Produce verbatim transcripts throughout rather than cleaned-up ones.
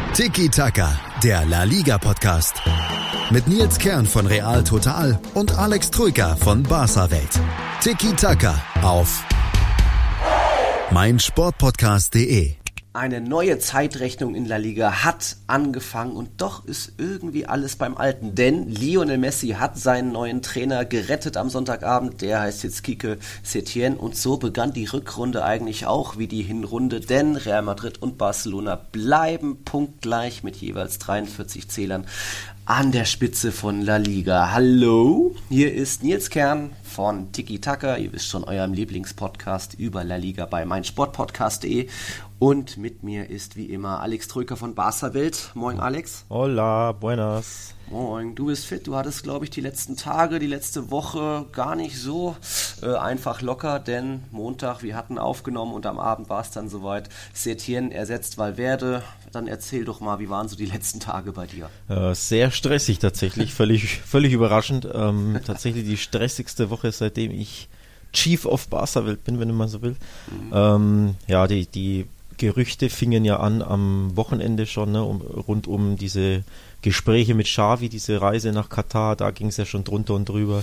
Tiki Taka, der La Liga Podcast. Mit Nils Kern von Real Total und Alex Troika von Barca Welt. Tiki Taka auf meinsportpodcast punkt de. Eine neue Zeitrechnung in La Liga hat angefangen und doch ist irgendwie alles beim Alten. Denn Lionel Messi hat seinen neuen Trainer gerettet am Sonntagabend. Der heißt jetzt Quique Setién und so begann die Rückrunde eigentlich auch wie die Hinrunde. Denn Real Madrid und Barcelona bleiben punktgleich mit jeweils dreiundvierzig Zählern an der Spitze von La Liga. Hallo, hier ist Nils Kern von Tiki Taka. Ihr wisst schon, eurem Lieblingspodcast über La Liga bei meinsportpodcast punkt de. Und mit mir ist wie immer Alex Troika von Barca Welt. Moin Alex. Hola, buenas. Moin, du bist fit. Du hattest, glaube ich, die letzten Tage, die letzte Woche gar nicht so äh, einfach locker, denn Montag, wir hatten aufgenommen und am Abend war es dann soweit. Setién ersetzt Valverde. Dann erzähl doch mal, wie waren so die letzten Tage bei dir? Äh, sehr stressig tatsächlich, völlig, völlig überraschend. Ähm, tatsächlich die stressigste Woche, seitdem ich Chief of Barca Welt bin, wenn du mal so willst. Mhm. Ähm, ja, die, die Gerüchte fingen ja an am Wochenende schon, ne, um, rund um diese Gespräche mit Xavi, diese Reise nach Katar, da ging es ja schon drunter und drüber.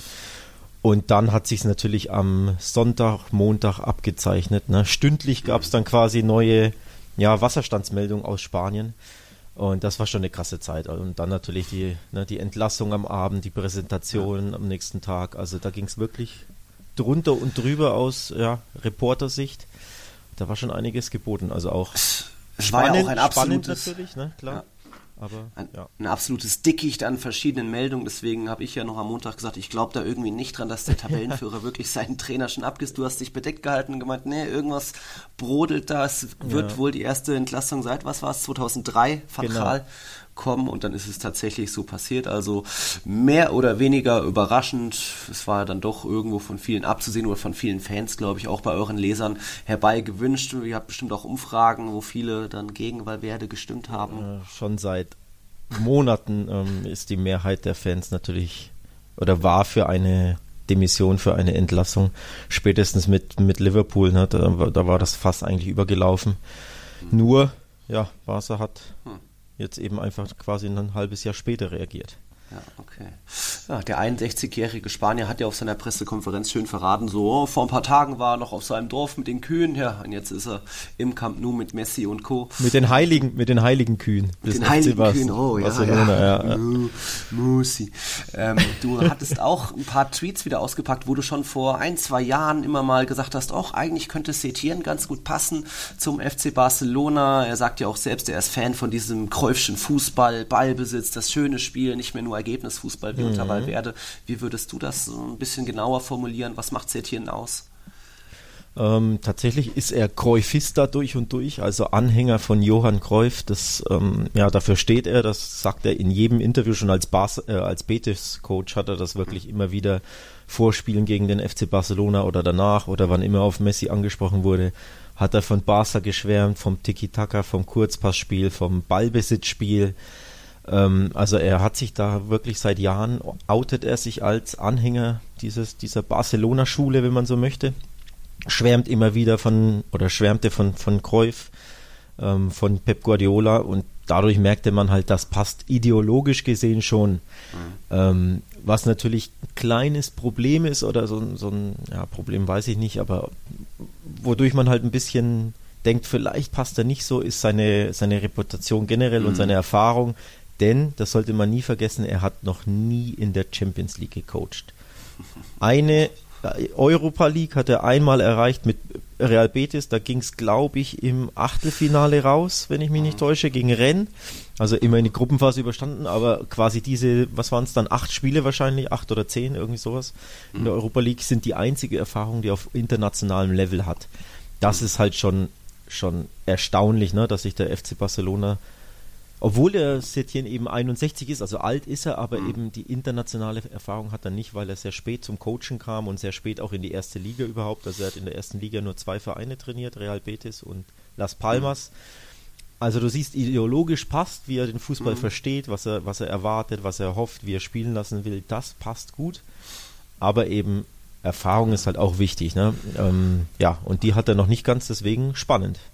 Und dann hat sich es natürlich am Sonntag, Montag abgezeichnet. Ne. Stündlich gab es dann quasi neue ja, Wasserstandsmeldungen aus Spanien. Und das war schon eine krasse Zeit. Und dann natürlich die, ne, die Entlassung am Abend, die Präsentation am nächsten Tag. Also da ging es wirklich drunter und drüber aus ja, Reportersicht. Da war schon einiges geboten, also auch es spannend, war ja auch ein absolutes, spannend natürlich, ne, klar. Ja. Aber, ein, ja. ein absolutes Dickicht an verschiedenen Meldungen, deswegen habe ich ja noch am Montag gesagt, ich glaube da irgendwie nicht dran, dass der Tabellenführer wirklich seinen Trainer schon abgibt. Du hast dich bedeckt gehalten und gemeint, nee, irgendwas brodelt da, es wird ja. wohl die erste Entlassung seit, was war es, zweitausenddrei, Fatral, genau. kommen und dann ist es tatsächlich so passiert, also mehr oder weniger überraschend, es war dann doch irgendwo von vielen abzusehen oder von vielen Fans, glaube ich, auch bei euren Lesern herbei gewünscht. Ihr habt bestimmt auch Umfragen, wo viele dann gegen Valverde gestimmt haben. Ja, schon seit Monaten ähm, ist die Mehrheit der Fans natürlich oder war für eine Demission, für eine Entlassung, spätestens mit, mit Liverpool, ne, da, da war das Fass eigentlich übergelaufen. Hm. Nur, ja, Barca hat hm. jetzt eben einfach quasi ein halbes Jahr später reagiert. Ja, okay. Ja, der einundsechzigjährige Spanier hat ja auf seiner Pressekonferenz schön verraten, so oh, vor ein paar Tagen war er noch auf seinem Dorf mit den Kühen, ja, und jetzt ist er im Camp Nou mit Messi und Co. Mit den heiligen, mit den heiligen Kühen. Mit den heiligen Bas- Kühen, oh ja, Barcelona, ja. ja. Mu- Musi. Ähm, du hattest auch ein paar Tweets wieder ausgepackt, wo du schon vor ein, zwei Jahren immer mal gesagt hast, auch eigentlich könnte Setién ganz gut passen zum F C Barcelona. Er sagt ja auch selbst, er ist Fan von diesem Cruyffschen Fußball, Ballbesitz, das schöne Spiel, nicht mehr nur Ergebnisfußball wie mhm. unter Valverde. Wie würdest du das so ein bisschen genauer formulieren? Was macht Setién aus? Ähm, tatsächlich ist er Cruyffista durch und durch, also Anhänger von Johann Cruyff. Das, ähm, ja, dafür steht er, das sagt er in jedem Interview, schon als, Bas- äh, als Betis-Coach hat er das wirklich immer wieder vorspielen gegen den F C Barcelona oder danach oder wann immer auf Messi angesprochen wurde, hat er von Barca geschwärmt, vom Tiki-Taka, vom Kurzpassspiel, vom Ballbesitzspiel. Also er hat sich da wirklich seit Jahren, outet er sich als Anhänger dieses, dieser Barcelona-Schule, wenn man so möchte, schwärmt immer wieder von, oder schwärmte von, von Cruyff, ähm, von Pep Guardiola und dadurch merkte man halt, das passt ideologisch gesehen schon. Mhm. Ähm, was natürlich ein kleines Problem ist oder so, so ein ja, Problem weiß ich nicht, aber wodurch man halt ein bisschen denkt, vielleicht passt er nicht so, ist seine, seine Reputation generell mhm. und seine Erfahrung. Denn, das sollte man nie vergessen, er hat noch nie in der Champions League gecoacht. Eine Europa League hat er einmal erreicht mit Real Betis, da ging es, glaube ich, im Achtelfinale raus, wenn ich mich nicht täusche, gegen Rennes. Also immer in die Gruppenphase überstanden, aber quasi diese, was waren es dann, acht Spiele wahrscheinlich, acht oder zehn, irgendwie sowas. In der Europa League sind die einzige Erfahrung, die auf internationalem Level hat. Das ist halt schon, schon erstaunlich, ne, dass sich der F C Barcelona, obwohl der Setién eben einundsechzig ist, also alt ist er, aber mhm. eben die internationale Erfahrung hat er nicht, weil er sehr spät zum Coachen kam und sehr spät auch in die erste Liga überhaupt. Also er hat in der ersten Liga nur zwei Vereine trainiert, Real Betis und Las Palmas. Mhm. Also du siehst, ideologisch passt, wie er den Fußball mhm. versteht, was er, was er erwartet, was er hofft, wie er spielen lassen will, das passt gut. Aber eben Erfahrung ist halt auch wichtig, ne? Ähm, ja, und die hat er noch nicht ganz, deswegen spannend.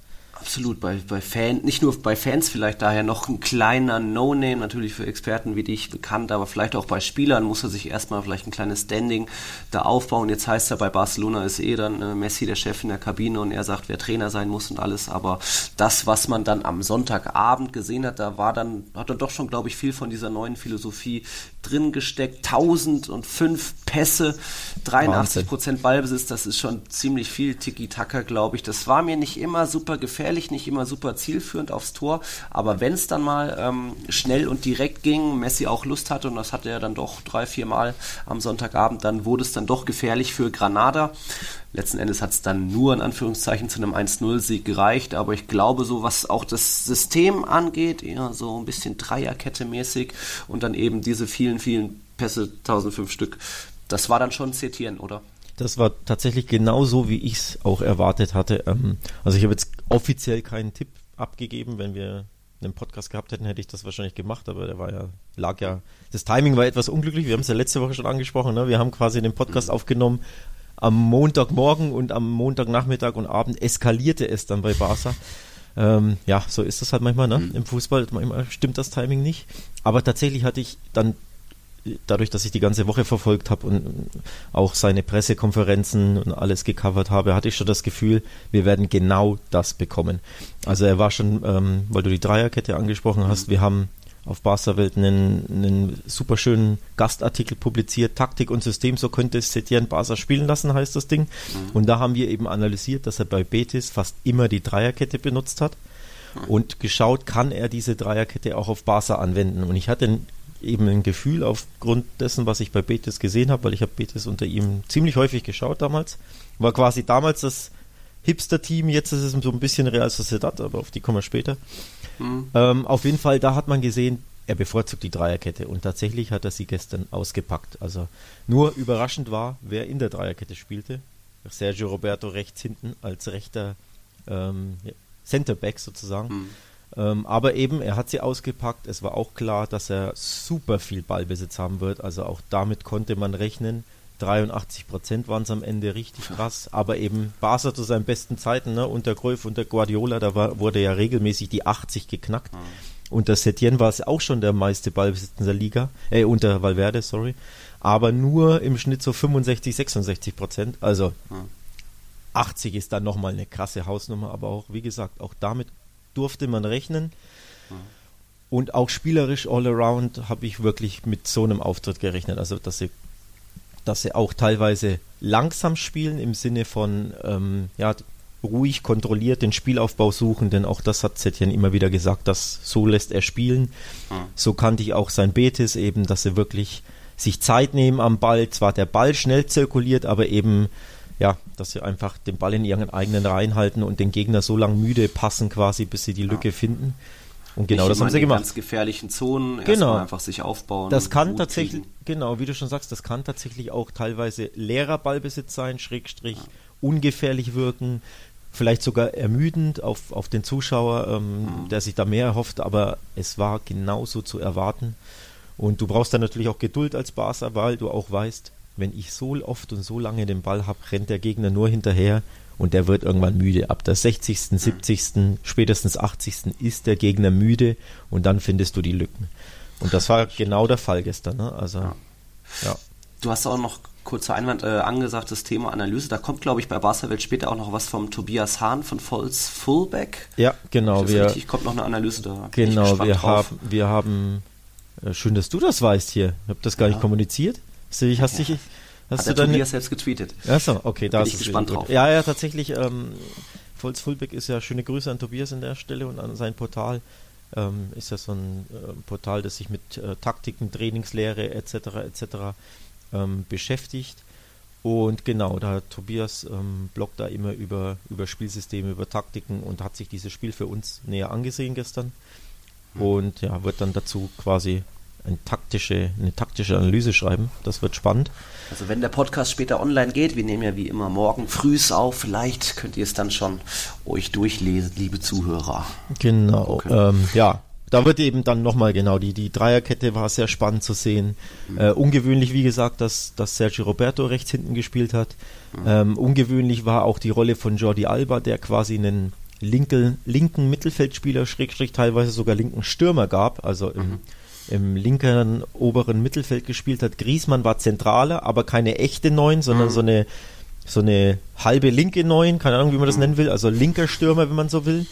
Absolut, bei, bei Fans, nicht nur bei Fans vielleicht daher noch ein kleiner No-Name, natürlich für Experten wie dich bekannt, aber vielleicht auch bei Spielern muss er sich erstmal vielleicht ein kleines Standing da aufbauen. Jetzt heißt er, bei Barcelona ist eh dann äh, Messi der Chef in der Kabine und er sagt, wer Trainer sein muss und alles, aber das, was man dann am Sonntagabend gesehen hat, da war dann, hat dann doch schon, glaube ich, viel von dieser neuen Philosophie drin gesteckt. tausendfünf Pässe, dreiundachtzig Prozent Ballbesitz, das ist schon ziemlich viel Tiki-Taka, glaube ich. Das war mir nicht immer super gefährlich, nicht immer super zielführend aufs Tor, aber wenn es dann mal ähm, schnell und direkt ging, Messi auch Lust hatte und das hatte er dann doch drei, vier Mal am Sonntagabend, dann wurde es dann doch gefährlich für Granada. Letzten Endes hat es dann nur in Anführungszeichen zu einem eins null Sieg gereicht, aber ich glaube, so was auch das System angeht, eher so ein bisschen Dreierkette mäßig und dann eben diese vielen, vielen Pässe, tausendfünf Stück, das war dann schon Setien, oder? Das war tatsächlich genauso, wie ich es auch erwartet hatte. Also ich habe jetzt offiziell keinen Tipp abgegeben. Wenn wir einen Podcast gehabt hätten, hätte ich das wahrscheinlich gemacht, aber der war ja, lag ja, das Timing war etwas unglücklich. Wir haben es ja letzte Woche schon angesprochen, ne? Wir haben quasi den Podcast mhm. aufgenommen am Montagmorgen und am Montagnachmittag und Abend eskalierte es dann bei Barca. Ähm, ja, so ist das halt manchmal, ne? Mhm. Im Fußball, manchmal stimmt das Timing nicht. Aber tatsächlich hatte ich dann dadurch, dass ich die ganze Woche verfolgt habe und auch seine Pressekonferenzen und alles gecovert habe, hatte ich schon das Gefühl, wir werden genau das bekommen. Also er war schon, ähm, weil du die Dreierkette angesprochen hast, wir haben auf Barca Welt einen, einen super schönen Gastartikel publiziert, Taktik und System, so könnte es Setien Barca spielen lassen, heißt das Ding. Und da haben wir eben analysiert, dass er bei Betis fast immer die Dreierkette benutzt hat und geschaut, kann er diese Dreierkette auch auf Barca anwenden. Und ich hatte eben ein Gefühl aufgrund dessen, was ich bei Betis gesehen habe, weil ich habe Betis unter ihm ziemlich häufig geschaut damals. War quasi damals das Hipster-Team, jetzt ist es so ein bisschen Real Sociedad, aber auf die kommen wir später. Mhm. Ähm, auf jeden Fall, da hat man gesehen, er bevorzugt die Dreierkette und tatsächlich hat er sie gestern ausgepackt. Also nur überraschend war, wer in der Dreierkette spielte. Sergio Roberto rechts hinten als rechter ähm, Centerback sozusagen. Mhm. Ähm, aber eben, er hat sie ausgepackt. Es war auch klar, dass er super viel Ballbesitz haben wird. Also auch damit konnte man rechnen. dreiundachtzig Prozent waren es am Ende, richtig krass. Aber eben Barca zu seinen besten Zeiten, ne, unter Cruyff, unter Guardiola, da war, wurde ja regelmäßig die achtzig geknackt. Mhm. Unter Setien war es auch schon der meiste Ballbesitz in der Liga. Äh, unter Valverde, sorry. Aber nur im Schnitt so fünfundsechzig, sechsundsechzig Prozent. Also mhm. achtzig ist dann nochmal eine krasse Hausnummer. Aber auch, wie gesagt, auch damit durfte man rechnen. Mhm. Und auch spielerisch all around habe ich wirklich mit so einem Auftritt gerechnet. Also, dass sie, dass sie auch teilweise langsam spielen im Sinne von ähm, ja, ruhig, kontrolliert den Spielaufbau suchen, denn auch das hat Setien immer wieder gesagt, dass so lässt er spielen. Mhm. So kannte ich auch sein Betis eben, dass sie wirklich sich Zeit nehmen am Ball. Zwar der Ball schnell zirkuliert, aber eben ja, dass sie einfach den Ball in ihren eigenen Reihen halten und den Gegner so lange müde passen quasi, bis sie die Lücke ja. finden. Und genau Nicht das haben sie gemacht. In ganz gefährlichen Zonen genau. erstmal einfach sich aufbauen. Das kann tatsächlich, kriegen. genau, wie du schon sagst, das kann tatsächlich auch teilweise leerer Ballbesitz sein, Schrägstrich, ja. ungefährlich wirken, vielleicht sogar ermüdend auf, auf den Zuschauer, ähm, mhm. der sich da mehr erhofft, aber es war genauso zu erwarten. Und du brauchst dann natürlich auch Geduld als Barca, weil du auch weißt, wenn ich so oft und so lange den Ball habe, rennt der Gegner nur hinterher und der wird irgendwann müde. Ab der sechzigsten, siebzigsten, spätestens achtzigsten ist der Gegner müde und dann findest du die Lücken. Und das war genau der Fall gestern. Ne? Also, ja. ja. Du hast auch noch, kurzer Einwand, äh, angesagt, das Thema Analyse. Da kommt, glaube ich, bei Barca Welt später auch noch was vom Tobias Hahn von Volz Fullback. Ja, genau. Wir, richtig, kommt noch eine Analyse da. Genau, wir drauf. haben, wir haben, äh, schön, dass du das weißt hier. Ich habe das gar ja. nicht kommuniziert. Ich, hast ja. dich, hast Hat du der Tobias selbst getweetet. Achso, okay, da bin ist ich gespannt drauf. Ja, ja, tatsächlich, ähm, Volz Fullback ist ja, schöne Grüße an Tobias an der Stelle und an sein Portal. Ähm, ist ja so ein äh, Portal, das sich mit äh, Taktiken, Trainingslehre et cetera et cetera ähm, beschäftigt. Und genau, da hat Tobias ähm, bloggt da immer über, über Spielsysteme, über Taktiken und hat sich dieses Spiel für uns näher angesehen gestern. Hm. Und ja, wird dann dazu quasi Eine taktische, eine taktische Analyse schreiben. Das wird spannend. Also wenn der Podcast später online geht, wir nehmen ja wie immer morgen frühs auf, vielleicht könnt ihr es dann schon euch durchlesen, liebe Zuhörer. Genau, okay. ähm, ja, da wird eben dann nochmal genau, die, die Dreierkette war sehr spannend zu sehen. Mhm. Äh, ungewöhnlich, wie gesagt, dass, dass Sergio Roberto rechts hinten gespielt hat. Mhm. Ähm, ungewöhnlich war auch die Rolle von Jordi Alba, der quasi einen linke, linken Mittelfeldspieler, Schrägstrich teilweise sogar linken Stürmer gab, also im, mhm. im linken oberen Mittelfeld gespielt hat. Griezmann war zentraler, aber keine echte Neun, sondern mhm. so eine so eine halbe linke Neun, keine Ahnung, wie man das nennen will, also linker Stürmer, wenn man so will.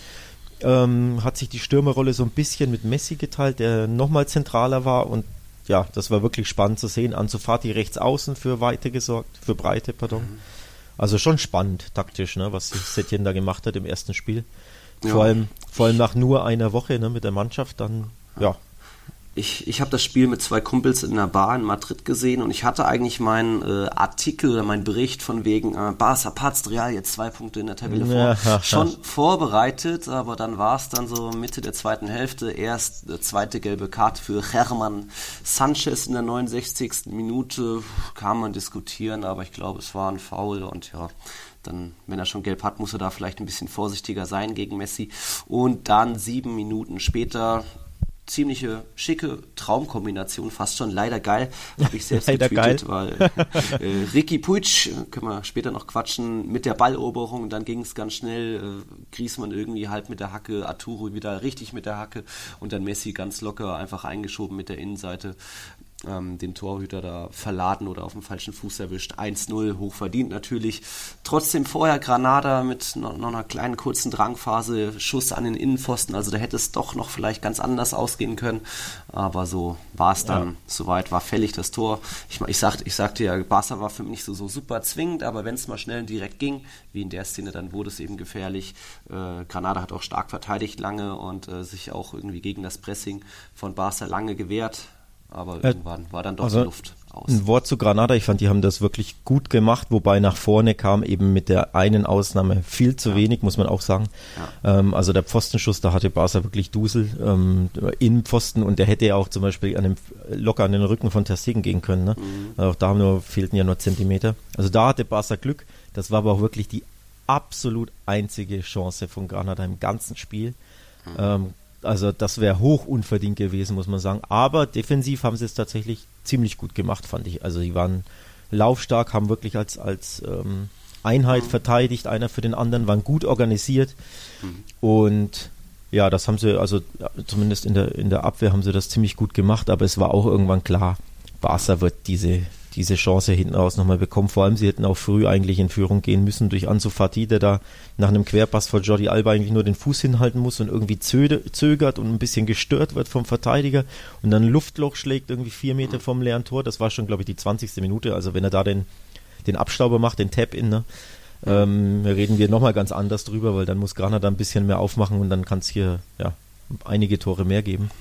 Ähm, hat sich die Stürmerrolle so ein bisschen mit Messi geteilt, der nochmal zentraler war, und ja, das war wirklich spannend zu sehen. Ansu Fati rechts außen für Weite gesorgt, für Breite, pardon. Mhm. Also schon spannend taktisch, ne, was Setien da gemacht hat im ersten Spiel. Ja. Vor allem, vor allem nach nur einer Woche, ne, mit der Mannschaft, dann, ja. Ich, ich habe das Spiel mit zwei Kumpels in einer Bar in Madrid gesehen, und ich hatte eigentlich meinen äh, Artikel oder meinen Bericht von wegen äh, Barca patzt Real jetzt zwei Punkte in der Tabelle vor, ja, schon vorbereitet, aber dann war es dann so Mitte der zweiten Hälfte, erst äh, zweite gelbe Karte für Germán Sanchez in der neunundsechzigsten Minute, kann man diskutieren, aber ich glaube, es war ein Foul, und ja, dann, wenn er schon gelb hat, muss er da vielleicht ein bisschen vorsichtiger sein gegen Messi. Und dann sieben Minuten später, ziemliche schicke Traumkombination, fast schon leider geil, habe ich selbst getweetet, weil äh, Riqui Puig, können wir später noch quatschen, mit der Balleroberung, dann ging es ganz schnell, äh, Griezmann irgendwie halb mit der Hacke, Arturo wieder richtig mit der Hacke, und dann Messi ganz locker einfach eingeschoben mit der Innenseite, ähm, den Torhüter da verladen oder auf dem falschen Fuß erwischt. eins null, hochverdient natürlich. Trotzdem vorher Granada mit noch, noch einer kleinen kurzen Drangphase, Schuss an den Innenpfosten, also da hätte es doch noch vielleicht ganz anders ausgehen können, aber so war es dann, ja. Soweit war fällig das Tor. Ich, ich, sagte, ich sagte ja, Barca war für mich nicht so, so super zwingend, aber wenn es mal schnell und direkt ging, wie in der Szene, dann wurde es eben gefährlich. Äh, Granada hat auch stark verteidigt lange und äh, sich auch irgendwie gegen das Pressing von Barca lange gewehrt. Aber irgendwann war dann doch also die Luft aus. Ein Wort zu Granada, ich fand, die haben das wirklich gut gemacht, wobei nach vorne kam eben mit der einen Ausnahme viel zu ja. wenig, muss man auch sagen. Ja. Ähm, also der Pfostenschuss, da hatte Barca wirklich Dusel ähm, in Pfosten, und der hätte ja auch zum Beispiel an dem, locker an den Rücken von Ter Stegen gehen können. Ne? Mhm. Auch da nur, fehlten ja nur Zentimeter. Also da hatte Barca Glück, das war aber auch wirklich die absolut einzige Chance von Granada im ganzen Spiel. Mhm. Ähm, Also das wäre hoch unverdient gewesen, muss man sagen. Aber defensiv haben sie es tatsächlich ziemlich gut gemacht, fand ich. Also die waren laufstark, haben wirklich als, als ähm, Einheit mhm. verteidigt, einer für den anderen, waren gut organisiert. Mhm. Und ja, das haben sie, also ja, zumindest in der, in der Abwehr haben sie das ziemlich gut gemacht. Aber es war auch irgendwann klar, Barca wird diese diese Chance hinten raus nochmal bekommen. Vor allem, sie hätten auch früh eigentlich in Führung gehen müssen durch Ansu Fati, der da nach einem Querpass von Jordi Alba eigentlich nur den Fuß hinhalten muss und irgendwie zö- zögert und ein bisschen gestört wird vom Verteidiger und dann ein Luftloch schlägt, irgendwie vier Meter vom leeren Tor. Das war schon, glaube ich, die zwanzigste Minute. Also wenn er da den, den Abstauber macht, den Tap-In, ne, ähm, reden wir nochmal ganz anders drüber, weil dann muss Granada ein bisschen mehr aufmachen und dann kann es hier ja einige Tore mehr geben.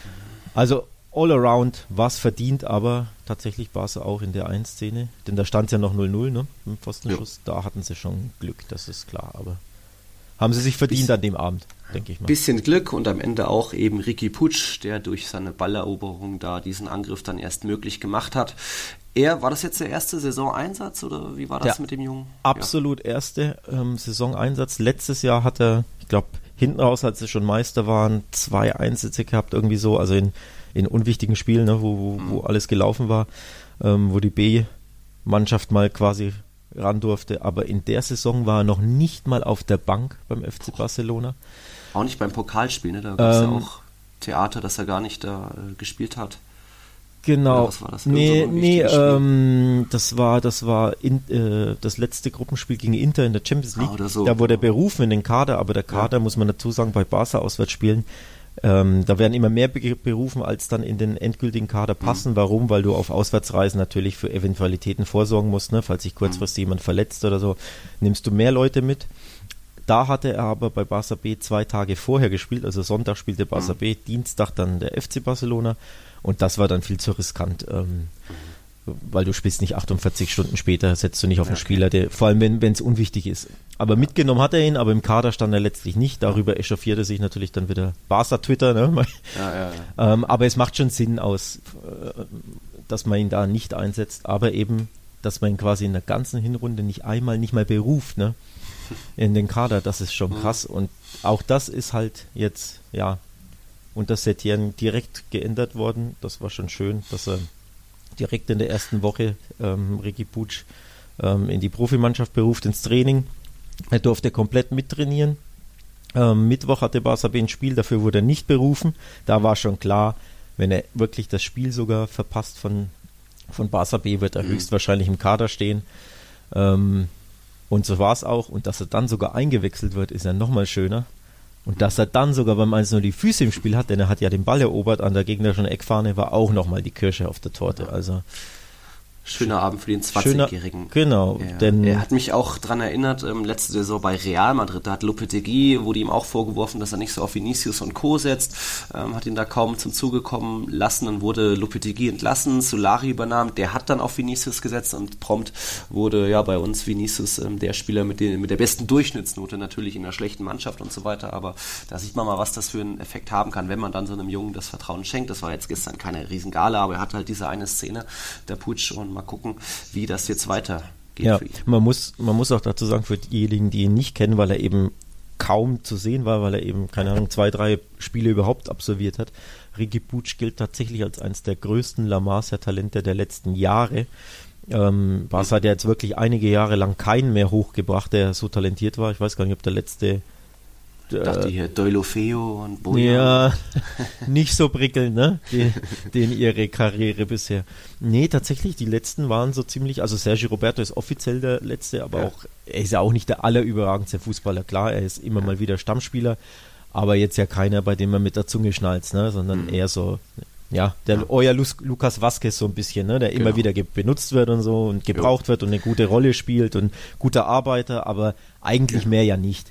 Also all around war es verdient, aber tatsächlich war es auch in der einen Szene, denn da stand es ja noch null null, ne, im Pfostenschuss, ja. Da hatten sie schon Glück, das ist klar, aber haben sie sich verdient Biss, an dem Abend, denke ich mal. Bisschen Glück und am Ende auch eben Riqui Puig, der durch seine Balleroberung da diesen Angriff dann erst möglich gemacht hat. Er, war das jetzt der erste Saisoneinsatz oder wie war das der mit dem Jungen? Absolut ja. erste ähm, Saisoneinsatz. Letztes Jahr hat er, ich glaube, hinten raus, als sie schon Meister waren, zwei Einsätze gehabt, irgendwie so, also in in unwichtigen Spielen, ne, wo, wo, wo alles gelaufen war, ähm, wo die B-Mannschaft mal quasi ran durfte, aber in der Saison war er noch nicht mal auf der Bank beim F C Barcelona. Auch nicht beim Pokalspiel, ne? Da gab es ähm, ja auch Theater, dass er gar nicht da äh, gespielt hat. Genau. Was war das? Nee, so nee ähm, das war, das war in, äh, das letzte Gruppenspiel gegen Inter in der Champions League. Ah, so. Da wurde er berufen in den Kader, aber der Kader, ja. muss man dazu sagen, bei Barca Auswärtsspielen, Ähm, da werden immer mehr be- berufen, als dann in den endgültigen Kader passen. Mhm. Warum? Weil du auf Auswärtsreisen natürlich für Eventualitäten vorsorgen musst, ne? Falls sich kurzfristig mhm. jemand verletzt oder so, nimmst du mehr Leute mit. Da hatte er aber bei Barca B zwei Tage vorher gespielt, also Sonntag spielte Barca mhm. B, Dienstag dann der F C Barcelona und das war dann viel zu riskant, ähm, mhm. weil du spielst nicht achtundvierzig Stunden später, setzt du nicht auf einen okay. Spieler, der, vor allem wenn es unwichtig ist. Aber mitgenommen hat er ihn, aber im Kader stand er letztlich nicht. Darüber echauffierte sich natürlich dann wieder Barca-Twitter. Ne? Ja, ja, ja. Ähm, aber es macht schon Sinn aus, äh, dass man ihn da nicht einsetzt, aber eben, dass man ihn quasi in der ganzen Hinrunde nicht einmal, nicht mal beruft, ne? In den Kader. Das ist schon krass. Und auch das ist halt jetzt, ja, unter Setien direkt geändert worden. Das war schon schön, dass er direkt in der ersten Woche ähm, Riqui Puig ähm, in die Profimannschaft beruft, ins Training. Er durfte komplett mittrainieren Ähm, Mittwoch hatte Barca B ein Spiel, dafür wurde er nicht berufen. Da war schon klar, wenn er wirklich das Spiel sogar verpasst von, von Barca B, wird er mhm. höchstwahrscheinlich im Kader stehen. Ähm, und so war es auch. Und dass er dann sogar eingewechselt wird, ist ja nochmal schöner. Und dass er dann sogar beim eins null die Füße im Spiel hat, denn er hat ja den Ball erobert an der gegnerischen Eckfahne, war auch nochmal die Kirsche auf der Torte. Also schöner Abend für den zwanzigjährigen. Genau. Ja. Denn er hat mich auch dran erinnert, ähm, letzte Saison bei Real Madrid, da hat Lopetegui, wurde ihm auch vorgeworfen, dass er nicht so auf Vinicius und Co. setzt, ähm, hat ihn da kaum zum Zuge kommen lassen, dann wurde Lopetegui entlassen, Solari übernahm, der hat dann auf Vinicius gesetzt und prompt wurde ja bei uns Vinicius ähm, der Spieler mit, den, mit der besten Durchschnittsnote, natürlich in einer schlechten Mannschaft und so weiter, aber da sieht man mal, was das für einen Effekt haben kann, wenn man dann so einem Jungen das Vertrauen schenkt. Das war jetzt gestern keine Riesengala, aber er hatte halt diese eine Szene, der Putsch, und mal gucken, wie das jetzt weitergeht ja, für ihn. Man muss, man muss auch dazu sagen, für diejenigen, die ihn nicht kennen, weil er eben kaum zu sehen war, weil er eben, keine Ahnung, zwei, drei Spiele überhaupt absolviert hat. Riqui Puig gilt tatsächlich als eines der größten La Masia-Talente der letzten Jahre. Ähm, Barca mhm. hat ja jetzt wirklich einige Jahre lang keinen mehr hochgebracht, der so talentiert war. Ich weiß gar nicht, ob der letzte Ich dachte hier Deulofeu und Bojan. Ja, nicht so prickelnd, ne? Die, den ihre Karriere bisher. Nee, tatsächlich, die letzten waren so ziemlich, also Sergio Roberto ist offiziell der letzte, aber ja. auch, er ist ja auch nicht der allerüberragendste Fußballer. Klar, er ist immer ja. mal wieder Stammspieler, aber jetzt ja keiner, bei dem man mit der Zunge schnalzt, ne? Sondern mhm. eher so, ja, der ja. euer Lu- Lucas Vazquez so ein bisschen, ne? Der genau. immer wieder ge- benutzt wird und so und gebraucht ja. wird und eine gute Rolle spielt und guter Arbeiter, aber eigentlich ja. mehr ja nicht.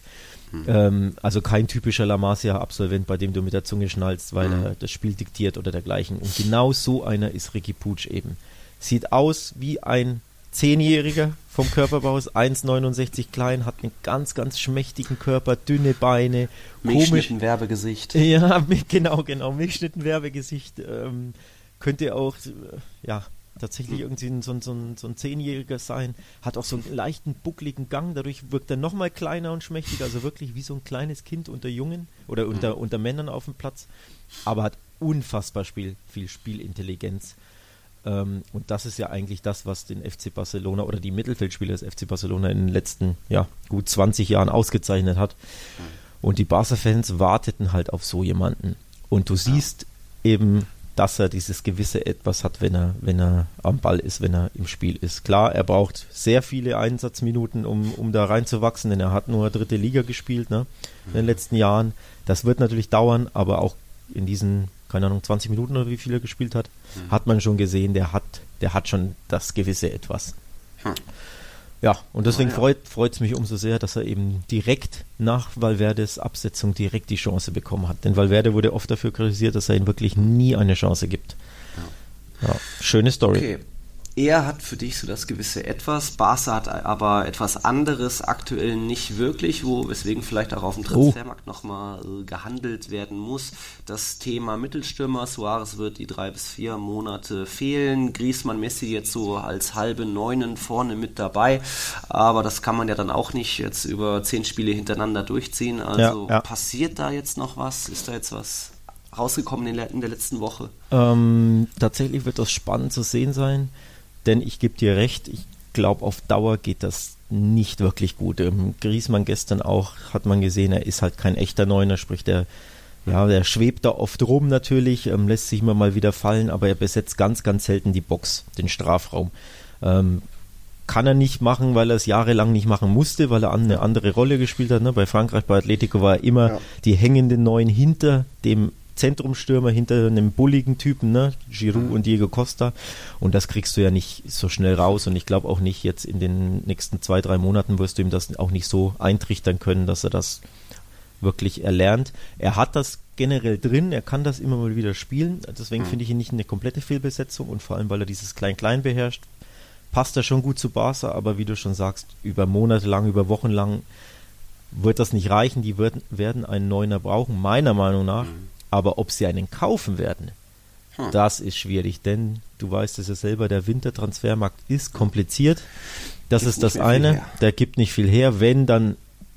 Ähm, also kein typischer La Masia-Absolvent, bei dem du mit der Zunge schnallst, weil mhm. er das Spiel diktiert oder dergleichen. Und genau so einer ist Riqui Puig eben. Sieht aus wie ein Zehnjähriger vom Körperbau, ist eins Komma neunundsechzig klein, hat einen ganz, ganz schmächtigen Körper, dünne Beine, Milchschnitten-Werbegesicht. Ja, genau, genau, Milchschnitten-Werbegesicht. Ähm, könnte auch, äh, ja, tatsächlich irgendwie so ein, so, ein, so ein Zehnjähriger sein, hat auch so einen leichten, buckligen Gang, dadurch wirkt er nochmal kleiner und schmächtiger, also wirklich wie so ein kleines Kind unter Jungen oder unter, mhm. unter Männern auf dem Platz, aber hat unfassbar Spiel, viel Spielintelligenz. Ähm, und das ist ja eigentlich das, was den F C Barcelona oder die Mittelfeldspieler des F C Barcelona in den letzten ja, gut zwanzig Jahren ausgezeichnet hat. Und die Barca-Fans warteten halt auf so jemanden. Und du siehst eben, dass er dieses gewisse Etwas hat, wenn er, wenn er am Ball ist, wenn er im Spiel ist. Klar, er braucht sehr viele Einsatzminuten, um, um da reinzuwachsen, denn er hat nur dritte Liga gespielt, ne, in den letzten Jahren. Das wird natürlich dauern, aber auch in diesen, keine Ahnung, zwanzig Minuten oder wie viel er gespielt hat, mhm. hat man schon gesehen, der hat, der hat schon das gewisse Etwas. Hm. Ja, und deswegen oh, ja. freut es mich umso sehr, dass er eben direkt nach Valverdes Absetzung direkt die Chance bekommen hat. Denn Valverde wurde oft dafür kritisiert, dass er ihm wirklich nie eine Chance gibt. Ja, ja, schöne Story. Okay. Er hat für dich so das gewisse Etwas, Barca hat aber etwas anderes aktuell nicht wirklich, wo weswegen vielleicht auch auf dem Transfermarkt oh. nochmal äh, gehandelt werden muss. Das Thema Mittelstürmer, Suarez wird die drei bis vier Monate fehlen, Griezmann, Messi jetzt so als halbe Neunen vorne mit dabei, aber das kann man ja dann auch nicht jetzt über zehn Spiele hintereinander durchziehen, also ja, ja. passiert da jetzt noch was, ist da jetzt was rausgekommen in der, in der letzten Woche? Ähm, tatsächlich wird das spannend zu sehen sein. Denn ich gebe dir recht, ich glaube, auf Dauer geht das nicht wirklich gut. Ähm, Griezmann gestern auch, hat man gesehen, er ist halt kein echter Neuner, sprich, der, ja, der schwebt da oft rum natürlich, ähm, lässt sich immer mal wieder fallen, aber er besetzt ganz, ganz selten die Box, den Strafraum. Ähm, kann er nicht machen, weil er es jahrelang nicht machen musste, weil er eine andere Rolle gespielt hat. Ne? Bei Frankreich, bei Atletico war er immer ja. die hängende Neun hinter dem Zentrumstürmer, hinter einem bulligen Typen, ne? Giroud und Diego Costa, und das kriegst du ja nicht so schnell raus, und ich glaube auch nicht jetzt in den nächsten zwei, drei Monaten wirst du ihm das auch nicht so eintrichtern können, dass er das wirklich erlernt. Er hat das generell drin, er kann das immer mal wieder spielen, deswegen mhm. finde ich ihn nicht eine komplette Fehlbesetzung, und vor allem, weil er dieses Klein-Klein beherrscht, passt er schon gut zu Barca, aber wie du schon sagst, über Monate lang, über Wochen lang wird das nicht reichen, die wird, werden einen Neuner brauchen, meiner Meinung nach. Mhm. Aber ob sie einen kaufen werden, hm. das ist schwierig, denn du weißt es ja selber, der Wintertransfermarkt ist kompliziert. Das gibt ist das eine, der gibt nicht viel her. Wenn, dann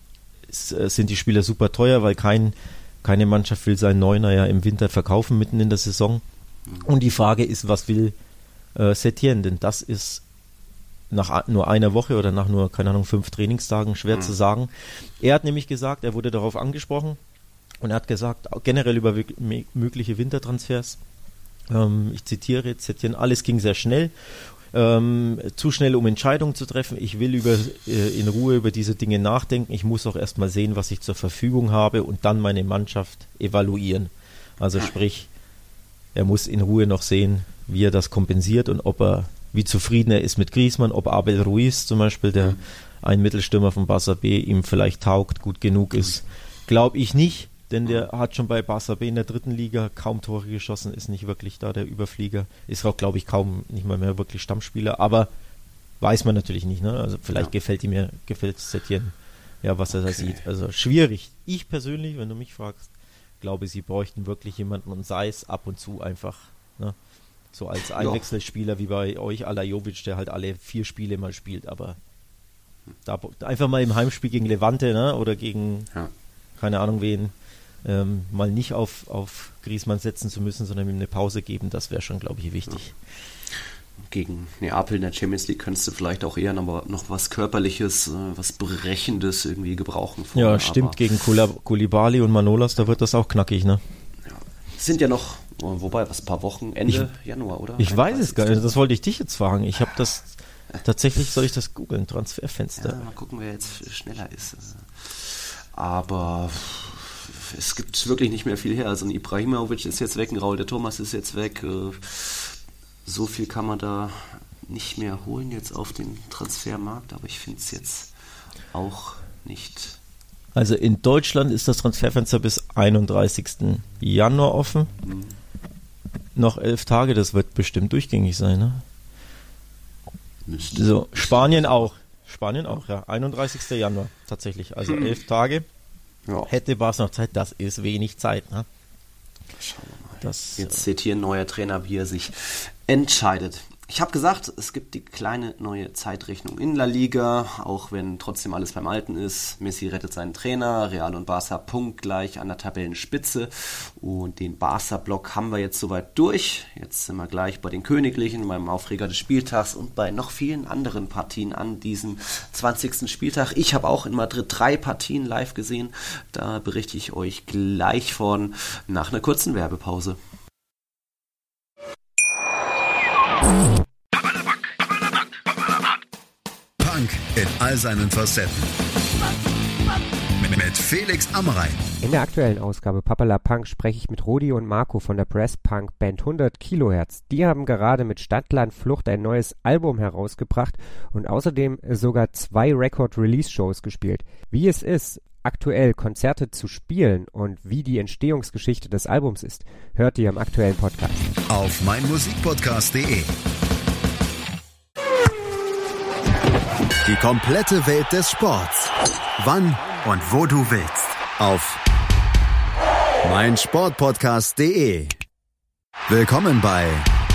sind die Spieler super teuer, weil kein, keine Mannschaft will seinen Neuner ja im Winter verkaufen, mitten in der Saison. Hm. Und die Frage ist, was will äh, Setien? Denn das ist nach nur einer Woche oder nach nur, keine Ahnung, fünf Trainingstagen, schwer mhm. zu sagen. Er hat nämlich gesagt, er wurde darauf angesprochen und er hat gesagt, generell über mögliche Wintertransfers, ähm, ich zitiere jetzt, alles ging sehr schnell, ähm, zu schnell, um Entscheidungen zu treffen. Ich will über, äh, in Ruhe über diese Dinge nachdenken. Ich muss auch erstmal sehen, was ich zur Verfügung habe und dann meine Mannschaft evaluieren. Also sprich, er muss in Ruhe noch sehen, wie er das kompensiert und ob er, wie zufrieden er ist mit Griezmann, ob Abel Ruiz zum Beispiel, der mhm. ein Mittelstürmer von Barça B, ihm vielleicht taugt, gut genug ist. Glaube ich nicht, denn der hat schon bei Barça B in der dritten Liga kaum Tore geschossen, ist nicht wirklich da der Überflieger, ist auch, glaube ich, kaum nicht mal mehr wirklich Stammspieler, aber weiß man natürlich nicht, ne? Also vielleicht ja. gefällt ihm ja, gefällt Setien, ja, was er okay. da sieht. Also schwierig. Ich persönlich, wenn du mich fragst, glaube, sie bräuchten wirklich jemanden und sei es ab und zu einfach, ne? So als Einwechselspieler wie bei euch, Ala Jovic, der halt alle vier Spiele mal spielt, aber da einfach mal im Heimspiel gegen Levante, ne? Oder gegen, ja. keine Ahnung wen, ähm, mal nicht auf, auf Griezmann setzen zu müssen, sondern ihm eine Pause geben, das wäre schon, glaube ich, wichtig. Ja. Gegen Neapel in der Champions League könntest du vielleicht auch eher noch, noch was Körperliches, was Brechendes irgendwie gebrauchen. Vorne, ja, stimmt, aber gegen Koulibaly und Manolas, da wird das auch knackig, ne? Ja. Sind ja noch, wobei, was, ein paar Wochen, Ende ich, Januar, oder? Ich weiß es gar nicht, das wollte ich dich jetzt fragen. Ich habe das, tatsächlich soll ich das googeln, Transferfenster. Ja, mal gucken, wer jetzt schneller ist. Aber es gibt wirklich nicht mehr viel her. Also ein Ibrahimovic ist jetzt weg, ein Raul de Thomas ist jetzt weg. So viel kann man da nicht mehr holen jetzt auf den Transfermarkt, aber ich finde es jetzt auch nicht. Also in Deutschland ist das Transferfenster bis einunddreißigsten Januar offen. Mhm. Noch elf Tage, das wird bestimmt durchgängig sein, ne? Müsste. So, Spanien auch. Spanien auch, ja. einunddreißigsten Januar tatsächlich. Also mhm. elf Tage. Ja. Hätte Barca noch Zeit, das ist wenig Zeit, ne? Schauen wir mal. Das, jetzt seht hier ein neuer Trainer, wie er sich entscheidet. Ich habe gesagt, es gibt die kleine neue Zeitrechnung in La Liga, auch wenn trotzdem alles beim Alten ist. Messi rettet seinen Trainer, Real und Barca punktgleich an der Tabellenspitze und den Barca-Block haben wir jetzt soweit durch. Jetzt sind wir gleich bei den Königlichen, beim Aufreger des Spieltags und bei noch vielen anderen Partien an diesem zwanzigsten Spieltag. Ich habe auch in Madrid drei Partien live gesehen, da berichte ich euch gleich von nach einer kurzen Werbepause. Punk in all seinen Facetten. Mit Felix Amrein. In der aktuellen Ausgabe Papala Punk spreche ich mit Rudi und Marco von der Brass-Punk-Band hundert Kilohertz. Die haben gerade mit Stadtland Flucht ein neues Album herausgebracht und außerdem sogar zwei Record-Release-Shows gespielt. Wie es ist, aktuell Konzerte zu spielen und wie die Entstehungsgeschichte des Albums ist, hört ihr im aktuellen Podcast. Auf meinmusikpodcast punkt de. Die komplette Welt des Sports. Wann und wo du willst. Auf meinsportpodcast punkt de. Willkommen bei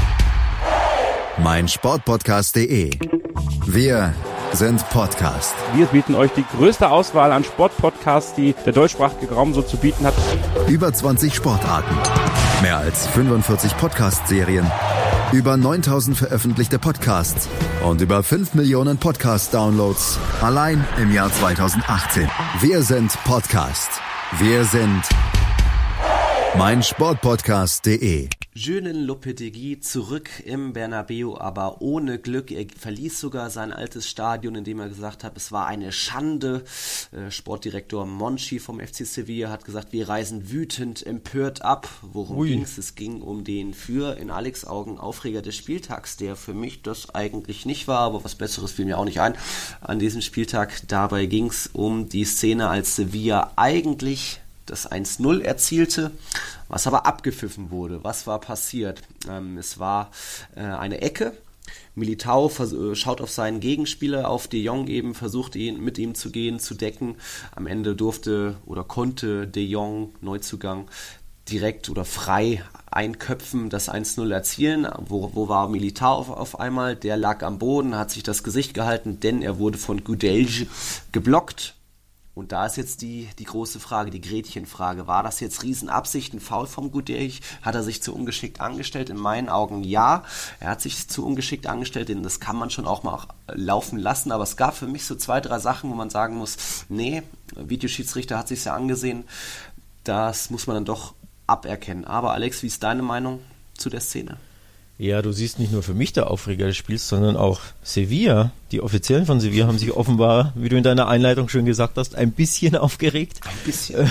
meinsportpodcast punkt de. Wir sind Podcast. Wir bieten euch die größte Auswahl an Sportpodcasts, die der deutschsprachige Raum so zu bieten hat. Über zwanzig Sportarten. Mehr als fünfundvierzig Podcast-Serien. Über neuntausend veröffentlichte Podcasts und über fünf Millionen Podcast-Downloads allein im Jahr zweitausendachtzehn. Wir sind Podcast. Wir sind meinsportpodcast punkt de. Julien Lopetegui zurück im Bernabeu, aber ohne Glück. Er verließ sogar sein altes Stadion, in dem er gesagt hat, es war eine Schande. Äh, Sportdirektor Monchi vom F C Sevilla hat gesagt, wir reisen wütend, empört ab. Worum ging es? Es ging um den für, in Alex' Augen, Aufreger des Spieltags, der für mich das eigentlich nicht war, aber was Besseres fiel mir auch nicht ein an diesem Spieltag. Dabei ging es um die Szene, als Sevilla eigentlich das eins null erzielte, was aber abgepfiffen wurde. Was war passiert? Ähm, es war äh, eine Ecke. Militao vers- äh, schaut auf seinen Gegenspieler, auf De Jong eben, versucht ihn mit ihm zu gehen, zu decken. Am Ende durfte oder konnte De Jong, Neuzugang, direkt oder frei einköpfen, das eins null erzielen. Wo, wo war Militao auf, auf einmal? Der lag am Boden, hat sich das Gesicht gehalten, denn er wurde von Gudelj geblockt. Und da ist jetzt die, die große Frage, die Gretchenfrage. War das jetzt Riesenabsicht, ein Foul vom Gudelj? Hat er sich zu ungeschickt angestellt? In meinen Augen ja. Er hat sich zu ungeschickt angestellt, denn das kann man schon auch mal laufen lassen. Aber es gab für mich so zwei, drei Sachen, wo man sagen muss, nee, Videoschiedsrichter hat sich's ja angesehen. Das muss man dann doch aberkennen. Aber Alex, wie ist deine Meinung zu der Szene? Ja, du siehst nicht nur für mich der Aufreger des Spiels, sondern auch Sevilla. Die Offiziellen von Sevilla haben sich offenbar, wie du in deiner Einleitung schon gesagt hast, ein bisschen aufgeregt. Ein bisschen.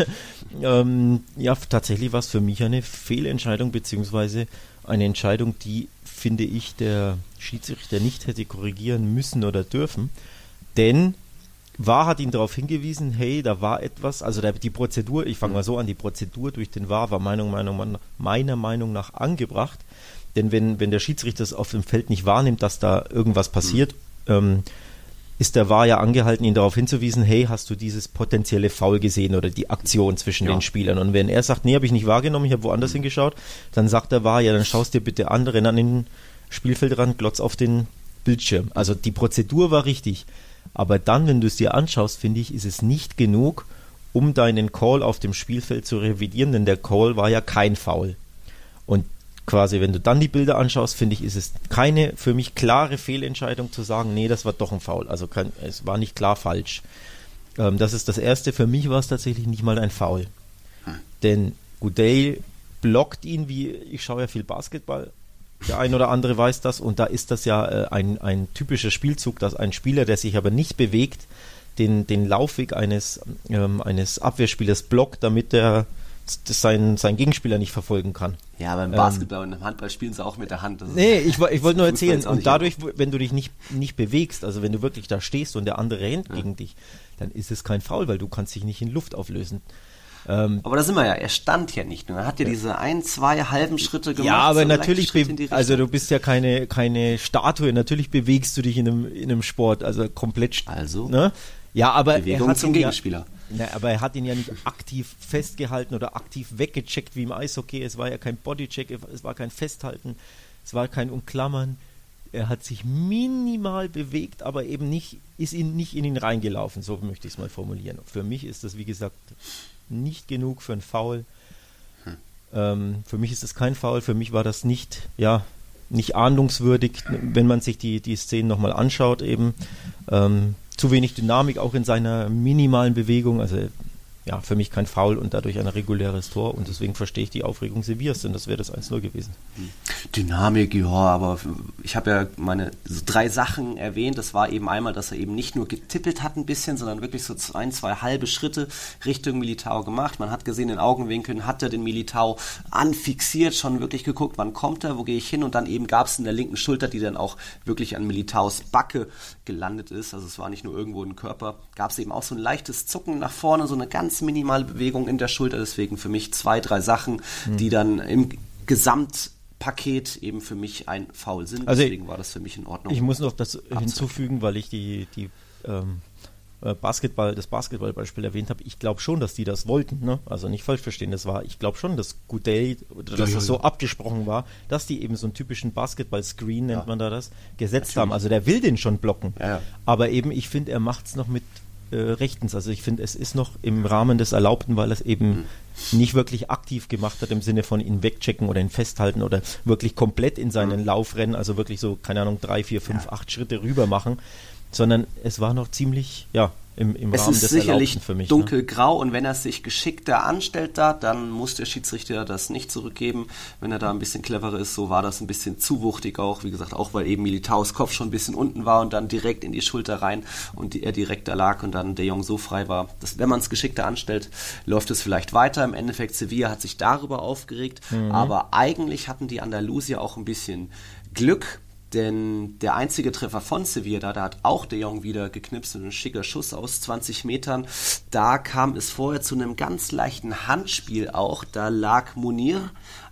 ähm, ja, tatsächlich war es für mich eine Fehlentscheidung, beziehungsweise eine Entscheidung, die, finde ich, der Schiedsrichter nicht hätte korrigieren müssen oder dürfen. Denn V A R hat ihn darauf hingewiesen, hey, da war etwas, also der, die Prozedur, ich fange mal so an, die Prozedur durch den V A R war meiner Meinung, meiner Meinung nach angebracht. Denn wenn, wenn der Schiedsrichter es auf dem Feld nicht wahrnimmt, dass da irgendwas passiert, mhm. ähm, ist der V A R ja angehalten, ihn darauf hinzuweisen, hey, hast du dieses potenzielle Foul gesehen oder die Aktion zwischen ja. den Spielern? Und wenn er sagt, nee, habe ich nicht wahrgenommen, ich habe woanders mhm. hingeschaut, dann sagt der V A R, ja, dann schaust dir bitte an, renn an den Spielfeldrand, glotz auf den Bildschirm. Also die Prozedur war richtig. Aber dann, wenn du es dir anschaust, finde ich, ist es nicht genug, um deinen Call auf dem Spielfeld zu revidieren, denn der Call war ja kein Foul. Und quasi, wenn du dann die Bilder anschaust, finde ich, ist es keine für mich klare Fehlentscheidung zu sagen, nee, das war doch ein Foul. Also kein, es war nicht klar falsch. Ähm, das ist das Erste. Für mich war es tatsächlich nicht mal ein Foul. Hm. Denn Gudelj blockt ihn, wie ich schaue ja viel Basketball. Der ein oder andere weiß das. Und da ist das ja äh, ein, ein typischer Spielzug, dass ein Spieler, der sich aber nicht bewegt, den, den Laufweg eines, ähm, eines Abwehrspielers blockt, damit der das sein, sein Gegenspieler nicht verfolgen kann. Ja, aber im Basketball ähm, und im Handball spielen sie auch mit der Hand. Das nee, ich, ich wollte nur erzählen, und dadurch, wenn du dich nicht, nicht bewegst, also wenn du wirklich da stehst und der andere rennt ja. gegen dich, dann ist es kein Foul, weil du kannst dich nicht in Luft auflösen. Ähm, aber da sind wir ja, er stand ja nicht nur, er hat ja diese ein, zwei halben Schritte gemacht. Ja, aber so natürlich, be- also du bist ja keine, keine Statue, natürlich bewegst du dich in einem, in einem Sport, also komplett. Also? Ne? Ja, aber Bewegung er hat zum Gegenspieler. Ja, na, aber er hat ihn ja nicht aktiv festgehalten oder aktiv weggecheckt wie im Eishockey. Es war ja kein Bodycheck, es war kein Festhalten, es war kein Umklammern. Er hat sich minimal bewegt, aber eben nicht, ist ihn nicht in ihn reingelaufen, so möchte ich es mal formulieren. Für mich ist das, wie gesagt, nicht genug für ein Foul. Hm. Ähm, für mich ist das kein Foul, für mich war das nicht, ja, nicht ahndungswürdig, wenn man sich die, die Szenen nochmal anschaut eben. Ähm, zu wenig Dynamik auch in seiner minimalen Bewegung, also ja, für mich kein Foul und dadurch ein reguläres Tor, und deswegen verstehe ich die Aufregung Sevillas, denn das wäre das eins null gewesen. Dynamik, ja, aber ich habe ja meine so drei Sachen erwähnt. Das war eben einmal, dass er eben nicht nur getippelt hat ein bisschen, sondern wirklich so ein, zwei halbe Schritte Richtung Militao gemacht. Man hat gesehen, in Augenwinkeln hat er den Militao anfixiert, schon wirklich geguckt, wann kommt er, wo gehe ich hin, und dann eben gab es in der linken Schulter, die dann auch wirklich an Militaos Backe gelandet ist, also es war nicht nur irgendwo im Körper, gab es eben auch so ein leichtes Zucken nach vorne, so eine ganz minimale Bewegung in der Schulter, deswegen für mich zwei, drei Sachen, mhm. die dann im Gesamtpaket eben für mich ein Foul sind, also deswegen war das für mich in Ordnung. Ich muss noch das Abzug. hinzufügen, weil ich die, die ähm, Basketball, das Basketballbeispiel erwähnt habe. Ich glaube schon, dass die das wollten, ne? Also nicht falsch verstehen, das war, ich glaube schon, dass Gudelj, oder dass ja, das ja, so ja. abgesprochen war, dass die eben so einen typischen Basketball-Screen, nennt ja. man da das, gesetzt Natürlich. haben. Also der will den schon blocken. Ja, ja. Aber eben, ich finde, er macht es noch mit äh, rechtens. Also ich finde, es ist noch im Rahmen des Erlaubten, weil er es eben mhm. nicht wirklich aktiv gemacht hat, im Sinne von ihn wegchecken oder ihn festhalten oder wirklich komplett in seinen mhm. Lauf rennen, also wirklich so, keine Ahnung, drei, vier, fünf, ja. acht Schritte rüber machen. Sondern es war noch ziemlich, ja, im, im es Rahmen des des Erlaubten für mich. Es ist sicherlich dunkelgrau, ne? Und wenn er sich geschickter anstellt da, dann muss der Schiedsrichter das nicht zurückgeben, wenn er da ein bisschen cleverer ist. So war das ein bisschen zu wuchtig auch, wie gesagt, auch weil eben Militaos Kopf schon ein bisschen unten war und dann direkt in die Schulter rein und die, er direkt da lag und dann De Jong so frei war. Das, wenn man es geschickter anstellt, läuft es vielleicht weiter. Im Endeffekt, Sevilla hat sich darüber aufgeregt, mhm. aber eigentlich hatten die Andalusier auch ein bisschen Glück. Denn der einzige Treffer von Sevilla, da, da hat auch De Jong wieder geknipst und ein schicker Schuss aus zwanzig Metern. Da kam es vorher zu einem ganz leichten Handspiel auch. Da lag Munir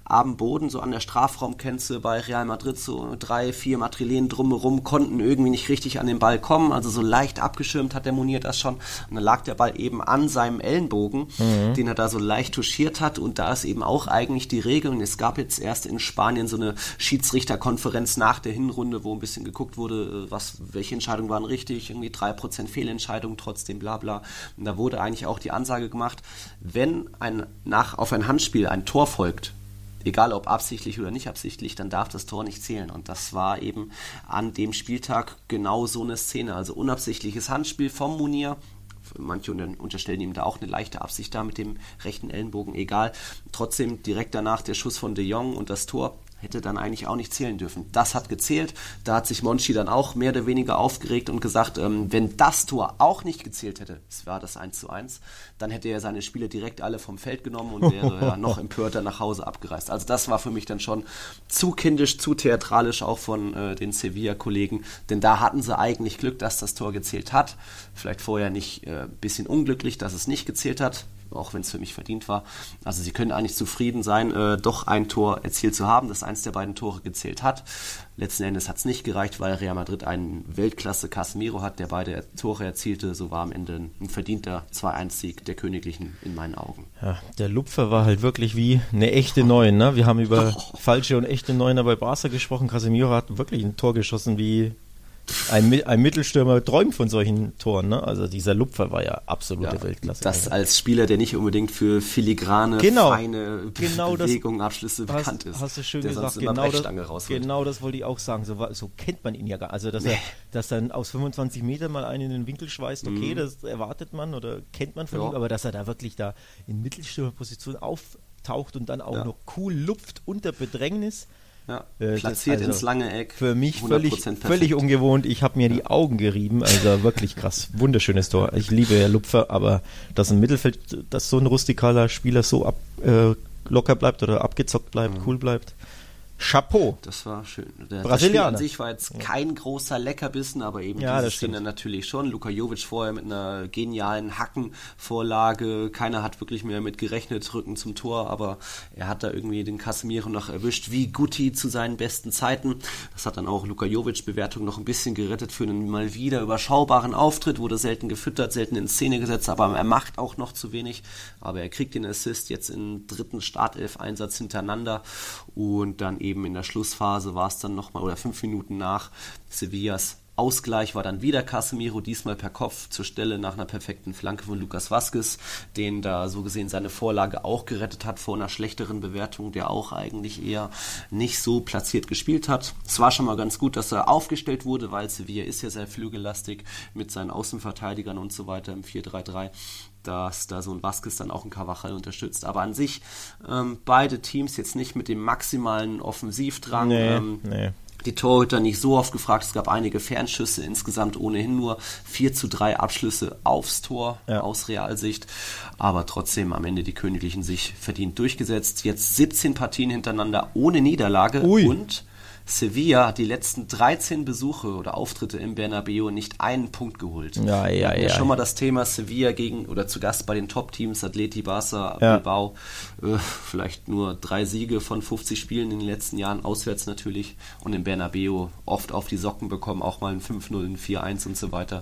am Boden, so an der Strafraumgrenze bei Real Madrid, so drei, vier Madrilenen drumherum, konnten irgendwie nicht richtig an den Ball kommen, also so leicht abgeschirmt hat der Munir das schon. Und dann lag der Ball eben an seinem Ellenbogen, mhm. den er da so leicht touchiert hat, und da ist eben auch eigentlich die Regel, und es gab jetzt erst in Spanien so eine Schiedsrichterkonferenz nach der Hinrunde, wo ein bisschen geguckt wurde, was, welche Entscheidungen waren richtig, irgendwie drei Prozent Fehlentscheidungen, trotzdem bla bla. Und da wurde eigentlich auch die Ansage gemacht, wenn ein, nach, auf ein Handspiel ein Tor folgt, egal ob absichtlich oder nicht absichtlich, dann darf das Tor nicht zählen. Und das war eben an dem Spieltag genau so eine Szene. Also unabsichtliches Handspiel vom Munir. Manche unterstellen ihm da auch eine leichte Absicht da mit dem rechten Ellenbogen, egal. Trotzdem direkt danach der Schuss von De Jong und das Tor hätte dann eigentlich auch nicht zählen dürfen. Das hat gezählt. Da hat sich Monchi dann auch mehr oder weniger aufgeregt und gesagt, ähm, wenn das Tor auch nicht gezählt hätte, es war das eins zu eins, dann hätte er seine Spieler direkt alle vom Feld genommen und wäre ja noch empörter nach Hause abgereist. Also das war für mich dann schon zu kindisch, zu theatralisch auch von äh, den Sevilla-Kollegen, denn da hatten sie eigentlich Glück, dass das Tor gezählt hat. Vielleicht vorher nicht ein äh, bisschen unglücklich, dass es nicht gezählt hat, auch wenn es für mich verdient war. Also sie können eigentlich zufrieden sein, äh, doch ein Tor erzielt zu haben, das eins der beiden Tore gezählt hat. Letzten Endes hat es nicht gereicht, weil Real Madrid einen Weltklasse Casemiro hat, der beide Tore erzielte. So war am Ende ein verdienter zwei eins Sieg der Königlichen in meinen Augen. Ja, der Lupfer war halt wirklich wie eine echte Neun. Ne? Wir haben über oh. falsche und echte Neuner bei Barca gesprochen. Casemiro hat wirklich ein Tor geschossen wie Ein, ein Mittelstürmer träumt von solchen Toren, ne? Also dieser Lupfer war ja absolute ja, Weltklasse. Das als Spieler, der nicht unbedingt für filigrane, genau, feine genau Bewegungen, Abschlüsse hast, bekannt ist. Hast du schön der gesagt, sonst genau das, rausholt. genau das wollte ich auch sagen. So, so kennt man ihn ja gar nicht. Also, dass, nee. er, dass dann aus fünfundzwanzig Metern mal einen in den Winkel schweißt, okay, mhm. das erwartet man oder kennt man von ja. ihm, aber dass er da wirklich da in Mittelstürmerposition auftaucht und dann auch ja. noch cool lupft unter Bedrängnis. Ja, platziert also ins lange Eck. Für mich völlig, völlig ungewohnt. Ich habe mir ja. die Augen gerieben. Also wirklich krass. Wunderschönes Tor. Ich liebe ja Lupfer, aber dass im Mittelfeld, dass so ein rustikaler Spieler so ab, äh, locker bleibt oder abgezockt bleibt, mhm. cool bleibt. Chapeau. Das war schön. Der Brasilianer. Das Spiel an sich war jetzt kein großer Leckerbissen, aber eben ja, diese Szene natürlich schon. Luka Jovic vorher mit einer genialen Hackenvorlage. Keiner hat wirklich mehr mit gerechnet, Rücken zum Tor, aber er hat da irgendwie den Casemiro noch erwischt, wie Guti zu seinen besten Zeiten. Das hat dann auch Luka Jovic-Bewertung noch ein bisschen gerettet für einen mal wieder überschaubaren Auftritt, wurde selten gefüttert, selten in Szene gesetzt, aber er macht auch noch zu wenig. Aber er kriegt den Assist jetzt im dritten Startelf-Einsatz hintereinander und dann eben in der Schlussphase war es dann nochmal, oder fünf Minuten nach Sevillas Ausgleich war dann wieder Casemiro, diesmal per Kopf zur Stelle nach einer perfekten Flanke von Lucas Vázquez, den da so gesehen seine Vorlage auch gerettet hat vor einer schlechteren Bewertung, der auch eigentlich eher nicht so platziert gespielt hat. Es war schon mal ganz gut, dass er aufgestellt wurde, weil Sevilla ist ja sehr flügellastig mit seinen Außenverteidigern und so weiter im vier drei drei. Dass da so ein Vázquez dann auch ein Carvajal unterstützt. Aber an sich ähm, beide Teams jetzt nicht mit dem maximalen Offensivdrang. Nee, ähm, nee. Die Torhüter nicht so oft gefragt. Es gab einige Fernschüsse, insgesamt ohnehin nur vier zu drei Abschlüsse aufs Tor ja. aus Realsicht. Aber trotzdem am Ende die Königlichen sich verdient durchgesetzt. Jetzt siebzehn Partien hintereinander ohne Niederlage. Ui. Und Sevilla hat die letzten dreizehn Besuche oder Auftritte im Bernabeu nicht einen Punkt geholt. Ja, ja, ja. ja schon mal das Thema Sevilla gegen oder zu Gast bei den Top-Teams, Atleti, Barca, ja. Bilbao. Äh, vielleicht nur drei Siege von fünfzig Spielen in den letzten Jahren, auswärts natürlich. Und im Bernabeu oft auf die Socken bekommen, auch mal ein fünf null, ein vier eins und so weiter.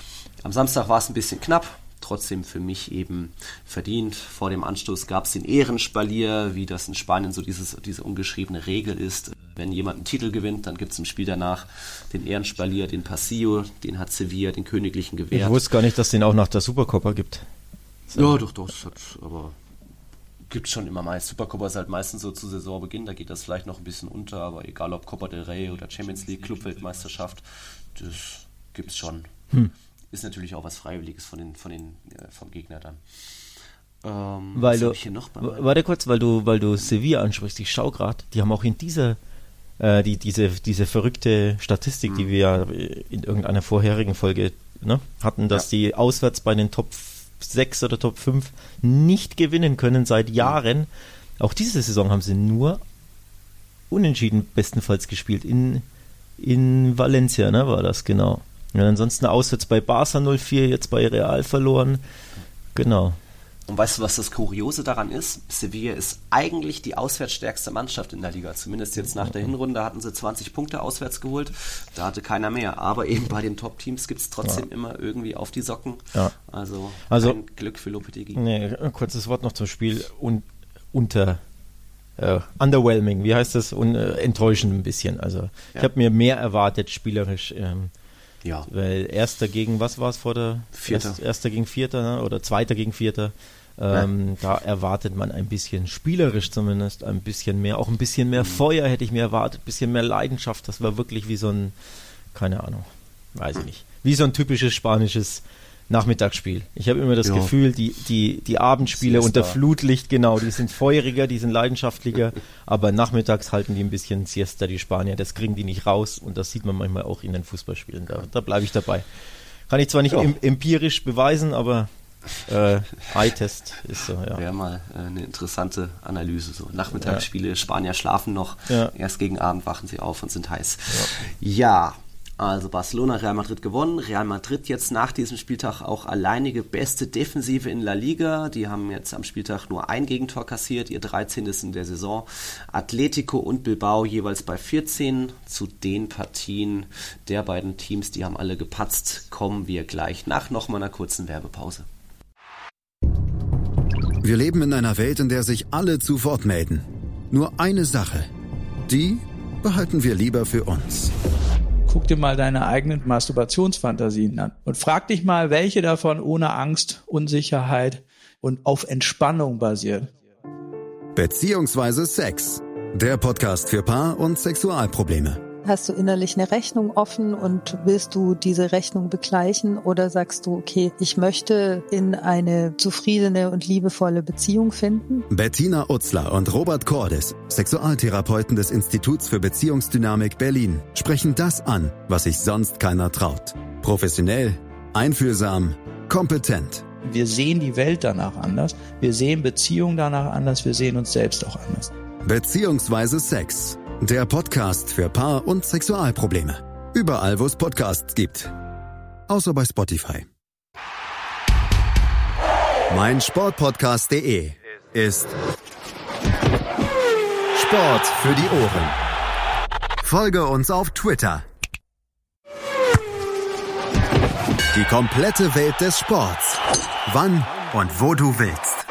Am Samstag war es ein bisschen knapp. Trotzdem für mich eben verdient. Vor dem Anstoß gab es den Ehrenspalier, wie das in Spanien so dieses, diese ungeschriebene Regel ist. Wenn jemand einen Titel gewinnt, dann gibt es im Spiel danach den Ehrenspalier, den Pasillo, den hat Sevilla, den Königlichen gewährt. Ich wusste gar nicht, dass es den auch nach der Supercopa gibt. So. Ja, doch, doch, das hat, aber gibt es schon immer mal. Supercopa ist halt meistens so zu Saisonbeginn, da geht das vielleicht noch ein bisschen unter, aber egal ob Copa del Rey oder Champions League, Clubweltmeisterschaft, das gibt es schon. Hm. Ist natürlich auch was Freiwilliges von den, von den, äh, vom Gegner dann. Ähm, weil was du, hab ich hier noch bei warte kurz, weil du, weil du Sevilla ansprichst, ich schau gerade, die haben auch in dieser, äh, die, diese, diese verrückte Statistik, mhm. die wir ja in irgendeiner vorherigen Folge ne, hatten, dass ja. die auswärts bei den Top sechs oder Top fünf nicht gewinnen können seit Jahren. Mhm. Auch diese Saison haben sie nur unentschieden bestenfalls gespielt. In, in Valencia, ne, war das genau. Ja, ansonsten auswärts bei Barca null vier, jetzt bei Real verloren. Genau. Und weißt du, was das Kuriose daran ist? Sevilla ist eigentlich die auswärtsstärkste Mannschaft in der Liga. Zumindest jetzt nach der Hinrunde hatten sie zwanzig Punkte auswärts geholt. Da hatte keiner mehr. Aber eben bei den Top-Teams gibt es trotzdem ja. immer irgendwie auf die Socken. Ja. Also, also ein Glück für Lopetegui. Nee, ein kurzes Wort noch zum Spiel. Un- unter äh, underwhelming, wie heißt das? Un- äh, enttäuschend ein bisschen. Also ja. ich habe mir mehr erwartet spielerisch. Ähm, ja. Weil Erster gegen, was war es vor der? Vierter. Erst, Erster gegen Vierter, ne? Oder Zweiter gegen Vierter. Ähm, ja. Da erwartet man ein bisschen spielerisch zumindest, ein bisschen mehr, auch ein bisschen mehr Feuer hätte ich mir erwartet, ein bisschen mehr Leidenschaft. Das war wirklich wie so ein, keine Ahnung, weiß ich nicht, wie so ein typisches spanisches Nachmittagsspiel. Ich habe immer das jo. Gefühl, die, die, die Abendspiele unter Flutlicht, genau, die sind feuriger, die sind leidenschaftlicher, aber nachmittags halten die ein bisschen Siesta, die Spanier. Das kriegen die nicht raus und das sieht man manchmal auch in den Fußballspielen. Da, da bleibe ich dabei. Kann ich zwar nicht em- empirisch beweisen, aber Äh, Eye-Test ist so, ja. Wäre mal äh, eine interessante Analyse. So Nachmittagsspiele, ja. Spanier schlafen noch, ja. erst gegen Abend wachen sie auf und sind heiß. Ja. ja, also Barcelona, Real Madrid gewonnen. Real Madrid jetzt nach diesem Spieltag auch alleinige beste Defensive in La Liga. Die haben jetzt am Spieltag nur ein Gegentor kassiert, ihr dreizehntes in der Saison. Atletico und Bilbao jeweils bei vierzehn. Zu den Partien der beiden Teams, die haben alle gepatzt, kommen wir gleich nach nochmal einer kurzen Werbepause. Wir leben in einer Welt, in der sich alle zu Wort melden. Nur eine Sache, die behalten wir lieber für uns. Guck dir mal deine eigenen Masturbationsfantasien an und frag dich mal, welche davon ohne Angst, Unsicherheit und auf Entspannung basiert. Beziehungsweise Sex. Der Podcast für Paar- und Sexualprobleme. Hast du innerlich eine Rechnung offen und willst du diese Rechnung begleichen oder sagst du, okay, ich möchte in eine zufriedene und liebevolle Beziehung finden? Bettina Utzler und Robert Cordes, Sexualtherapeuten des Instituts für Beziehungsdynamik Berlin, sprechen das an, was sich sonst keiner traut. Professionell, einfühlsam, kompetent. Wir sehen die Welt danach anders, wir sehen Beziehungen danach anders, wir sehen uns selbst auch anders. Beziehungsweise Sex. Der Podcast für Paar- und Sexualprobleme. Überall, wo es Podcasts gibt. Außer bei Spotify. mein Sportpodcast punkt de ist Sport für die Ohren. Folge uns auf Twitter. Die komplette Welt des Sports. Wann und wo du willst.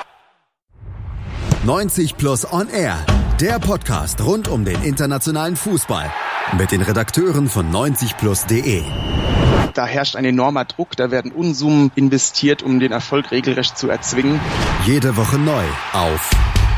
neunzig plus on Air. Der Podcast rund um den internationalen Fußball mit den Redakteuren von neunzig plus punkt de. Da herrscht ein enormer Druck, da werden Unsummen investiert, um den Erfolg regelrecht zu erzwingen. Jede Woche neu auf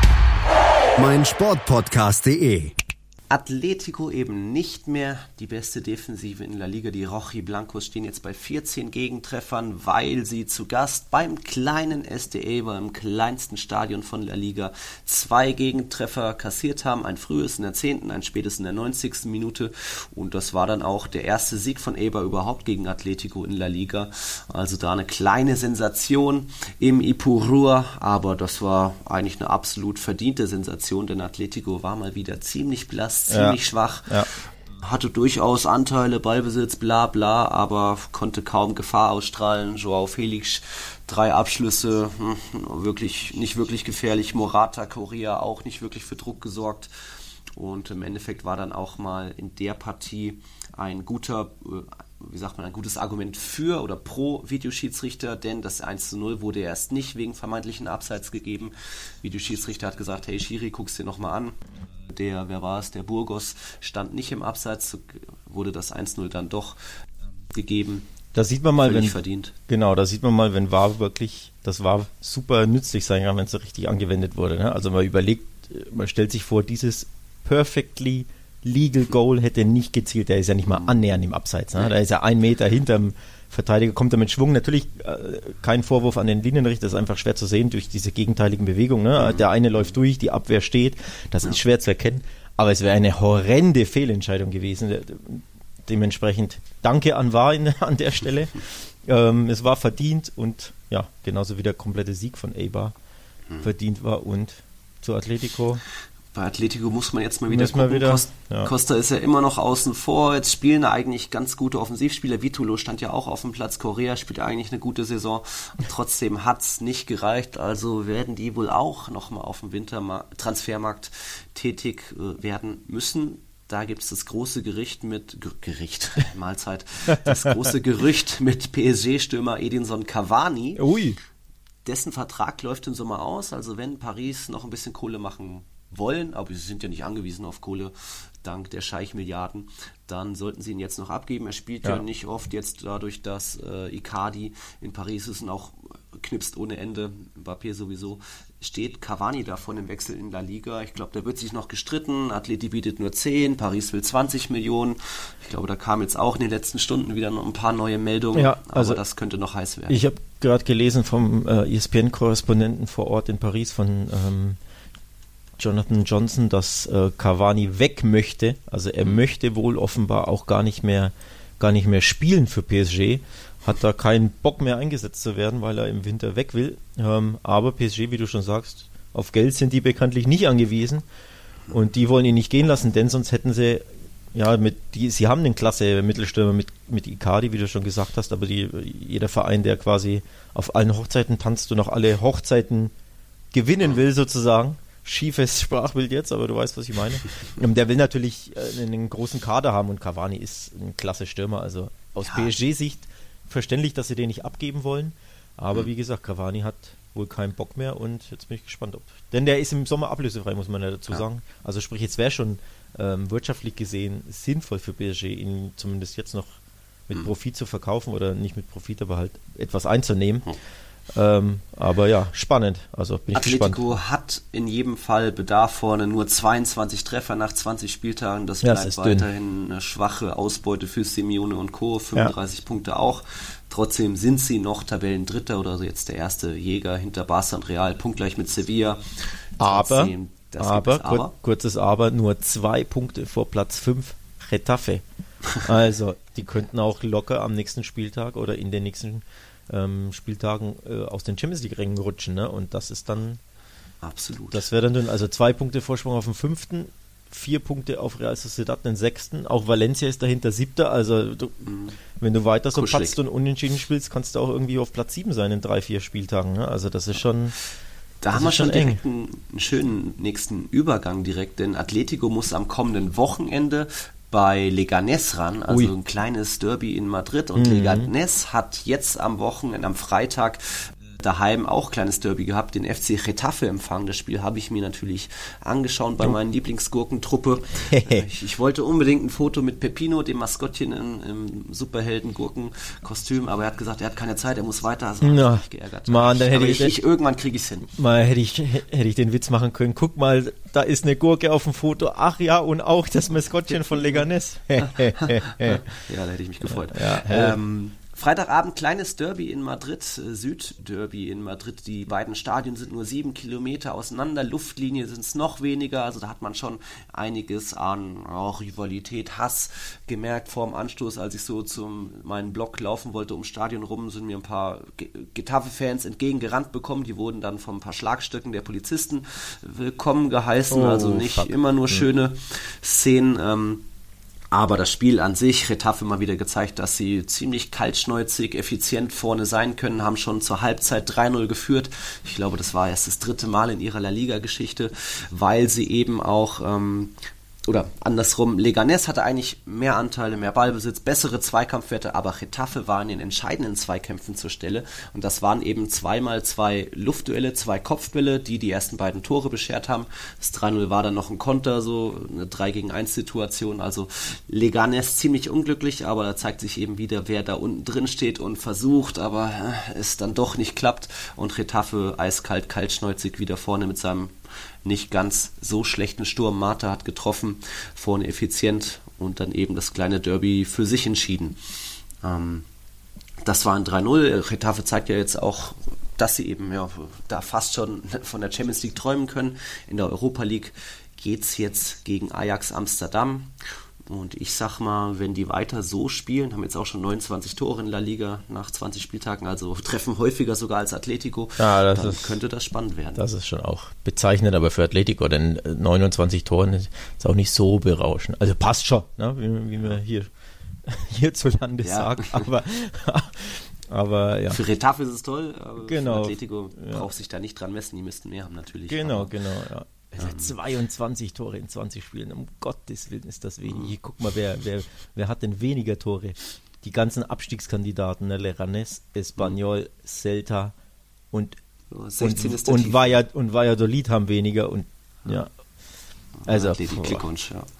mein Sportpodcast punkt de. Atletico eben nicht mehr die beste Defensive in La Liga. Die Rojiblancos stehen jetzt bei vierzehn Gegentreffern, weil sie zu Gast beim kleinen S D Eibar, beim kleinsten Stadion von La Liga, zwei Gegentreffer kassiert haben. Ein frühes in der zehnten, ein spätes in der neunzigsten Minute. Und das war dann auch der erste Sieg von Eibar überhaupt gegen Atletico in La Liga. Also da eine kleine Sensation im Ipurua, aber das war eigentlich eine absolut verdiente Sensation, denn Atletico war mal wieder ziemlich blass, ziemlich ja. schwach, ja. hatte durchaus Anteile, Ballbesitz, bla bla, aber konnte kaum Gefahr ausstrahlen. Joao Felix, drei Abschlüsse, hm, wirklich nicht wirklich gefährlich. Morata, Correa auch nicht wirklich für Druck gesorgt. Und im Endeffekt war dann auch mal in der Partie ein guter, wie sagt man, ein gutes Argument für oder pro Videoschiedsrichter, denn das eins zu null wurde erst nicht wegen vermeintlichen Abseits gegeben. Videoschiedsrichter hat gesagt, hey Schiri, guck's dir nochmal an. Der, wer war es, der Burgos stand nicht im Abseits, wurde das eins null dann doch gegeben. Da sieht man mal, wenn, verdient. Genau, da sieht man mal, wenn V A R wirklich, das V A R super nützlich sein kann, wenn es richtig angewendet wurde. Ne? Also man überlegt, man stellt sich vor, dieses perfectly legal goal hätte nicht gezielt, der ist ja nicht mal annähernd im Abseits. Ne? Da ist er ein Meter hinterm Verteidiger, kommt er mit Schwung. Natürlich äh, kein Vorwurf an den Linienrichter, das ist einfach schwer zu sehen durch diese gegenteiligen Bewegungen. Ne? Mhm. Der eine läuft durch, die Abwehr steht, das ja. ist schwer zu erkennen, aber es wäre eine horrende Fehlentscheidung gewesen. Dementsprechend danke an V A R in, an der Stelle. ähm, es war verdient und ja, genauso wie der komplette Sieg von Eibar mhm. verdient war und zu Atletico. Bei Atletico muss man jetzt mal wieder Müssen wir gucken. wieder, Costa, ja. Costa ist ja immer noch außen vor. Jetzt spielen eigentlich ganz gute Offensivspieler. Vitolo stand ja auch auf dem Platz. Correa spielt eigentlich eine gute Saison. Und trotzdem hat's nicht gereicht. Also werden die wohl auch nochmal auf dem Wintertransfermarkt tätig äh, werden müssen. Da gibt es das große Gericht mit G- Gericht, Mahlzeit, das große Gerücht mit P S G-Stürmer Edinson Cavani. Ui. Dessen Vertrag läuft im Sommer aus. Also wenn Paris noch ein bisschen Kohle machen wollen, aber sie sind ja nicht angewiesen auf Kohle, dank der Scheich-Milliarden, dann sollten sie ihn jetzt noch abgeben. Er spielt ja, ja nicht oft jetzt dadurch, dass äh, Icardi in Paris ist und auch knipst ohne Ende, Mbappé sowieso, steht Cavani davon im Wechsel in La Liga. Ich glaube, da wird sich noch gestritten. Atleti bietet nur zehn, Paris will zwanzig Millionen. Ich glaube, da kamen jetzt auch in den letzten Stunden wieder noch ein paar neue Meldungen, ja, also aber das könnte noch heiß werden. Ich habe gerade gelesen vom äh, E S P N-Korrespondenten vor Ort in Paris, von ähm, Jonathan Johnson, dass äh, Cavani weg möchte. Also er mhm. möchte wohl offenbar auch gar nicht mehr, gar nicht mehr spielen für P S G. Hat da keinen Bock mehr eingesetzt zu werden, weil er im Winter weg will. Ähm, aber P S G, wie du schon sagst, auf Geld sind die bekanntlich nicht angewiesen. Und die wollen ihn nicht gehen lassen, denn sonst hätten sie, ja, mit die, sie haben einen klasse Mittelstürmer mit, mit Icardi, wie du schon gesagt hast, aber die, jeder Verein, der quasi auf allen Hochzeiten tanzt und auch alle Hochzeiten gewinnen will, sozusagen, schiefes Sprachbild jetzt, aber du weißt, was ich meine. Der will natürlich einen großen Kader haben und Cavani ist ein klasse Stürmer. Also aus ja. P S G-Sicht verständlich, dass sie den nicht abgeben wollen. Aber mhm. wie gesagt, Cavani hat wohl keinen Bock mehr und jetzt bin ich gespannt, ob. Denn der ist im Sommer ablösefrei, muss man ja dazu ja. sagen. Also sprich, jetzt wäre schon ähm, wirtschaftlich gesehen sinnvoll für P S G, ihn zumindest jetzt noch mit mhm. Profit zu verkaufen oder nicht mit Profit, aber halt etwas einzunehmen. Mhm. Ähm, aber ja, spannend. Also bin ich Atletico gespannt. hat in jedem Fall Bedarf vorne, nur zweiundzwanzig Treffer nach zwanzig Spieltagen. Das ja, bleibt das weiterhin dünn. Eine schwache Ausbeute für Simeone und Co. fünfunddreißig ja. Punkte auch. Trotzdem sind sie noch Tabellendritter oder so jetzt der erste Jäger hinter Barca und Real, punktgleich mit Sevilla. Aber, das aber, aber. Kur- kurzes Aber, nur zwei Punkte vor Platz fünf, Getafe. Also, die könnten auch locker am nächsten Spieltag oder in den nächsten ähm, Spieltagen äh, aus den Champions League-Rängen rutschen, ne? Und das ist dann absolut. Das wäre dann dünn. Also zwei Punkte Vorsprung auf den fünften, vier Punkte auf Real Sociedad, den sechsten. Auch Valencia ist dahinter siebter. Also du, mhm. wenn du weiter so patzt und unentschieden spielst, kannst du auch irgendwie auf Platz sieben sein in drei, vier Spieltagen. Ne? Also das ist schon. Da haben wir schon direkt einen, einen schönen nächsten Übergang direkt, denn Atletico muss am kommenden Wochenende bei Leganés ran, also Ui. ein kleines Derby in Madrid, und mhm. Leganés hat jetzt am Wochenende, am Freitag daheim auch kleines Derby gehabt, den F C Getafe empfangen. Das Spiel habe ich mir natürlich angeschaut bei meiner Lieblingsgurkentruppe. ich, ich wollte unbedingt ein Foto mit Pepino, dem Maskottchen im, im Superhelden-Gurkenkostüm, aber er hat gesagt, er hat keine Zeit, er muss weiter. Also ja. mich geärgert. Mann, dann hätte ich, ich, ich, irgendwann kriege ich es hin. Mal hätte ich, hätte ich den Witz machen können. Guck mal, da ist eine Gurke auf dem Foto. Ach ja, und auch das Maskottchen von Leganés. Ja, da hätte ich mich gefreut. Ja, ja. Ähm, Freitagabend kleines Derby in Madrid, Südderby in Madrid. Die beiden Stadien sind nur sieben Kilometer auseinander, Luftlinie sind es noch weniger, also da hat man schon einiges an oh, Rivalität, Hass gemerkt vor dem Anstoß. Als ich so zu meinem Block laufen wollte ums Stadion rum, sind mir ein paar Getafe-Fans entgegengerannt bekommen, die wurden dann von ein paar Schlagstöcken der Polizisten willkommen geheißen, oh, also nicht fuck. immer nur schöne hm. Szenen. Ähm, Aber das Spiel an sich, Getafe mal wieder gezeigt, dass sie ziemlich kaltschnäuzig, effizient vorne sein können, haben schon zur Halbzeit drei null geführt. Ich glaube, das war erst das dritte Mal in ihrer La Liga-Geschichte, weil sie eben auch, ähm, oder andersrum, Leganés hatte eigentlich mehr Anteile, mehr Ballbesitz, bessere Zweikampfwerte, aber Getafe war in den entscheidenden Zweikämpfen zur Stelle. Und das waren eben zweimal zwei Luftduelle, zwei Kopfbälle, die die ersten beiden Tore beschert haben. Das drei null war dann noch ein Konter, so eine drei gegen eins Situation. Also Leganés ziemlich unglücklich, aber da zeigt sich eben wieder, wer da unten drin steht und versucht, aber äh, es dann doch nicht klappt. Und Getafe eiskalt, kaltschnäuzig wieder vorne mit seinem nicht ganz so schlechten Sturm. Mata hat getroffen, vorne effizient und dann eben das kleine Derby für sich entschieden. Ähm, das war ein drei null. Getafe zeigt ja jetzt auch, dass sie eben ja da fast schon von der Champions League träumen können. In der Europa League geht's jetzt gegen Ajax Amsterdam. Und ich sag mal, wenn die weiter so spielen, haben jetzt auch schon neunundzwanzig Tore in La Liga nach zwanzig Spieltagen, also treffen häufiger sogar als Atletico, ja, das dann ist, könnte das spannend werden. Das ist schon auch bezeichnend, aber für Atletico, denn neunundzwanzig Toren ist auch nicht so berauschend. Also passt schon, ne? wie, wie wir hier hierzulande ja. sagen, aber, aber ja. Für Retafe ist es toll, aber genau. für Atletico ja. braucht sich da nicht dran messen, die müssten mehr haben natürlich. Genau, aber, genau, ja. Also ähm, zweiundzwanzig Tore in zwanzig Spielen, um Gottes Willen ist das wenig. Mhm. Guck mal, wer, wer, wer hat denn weniger Tore? Die ganzen Abstiegskandidaten, ne? Leganés, Espanyol, Celta und, so, und, und, Valladolid, und Valladolid haben weniger und ja. Also, Athletic Glückwunsch, ja.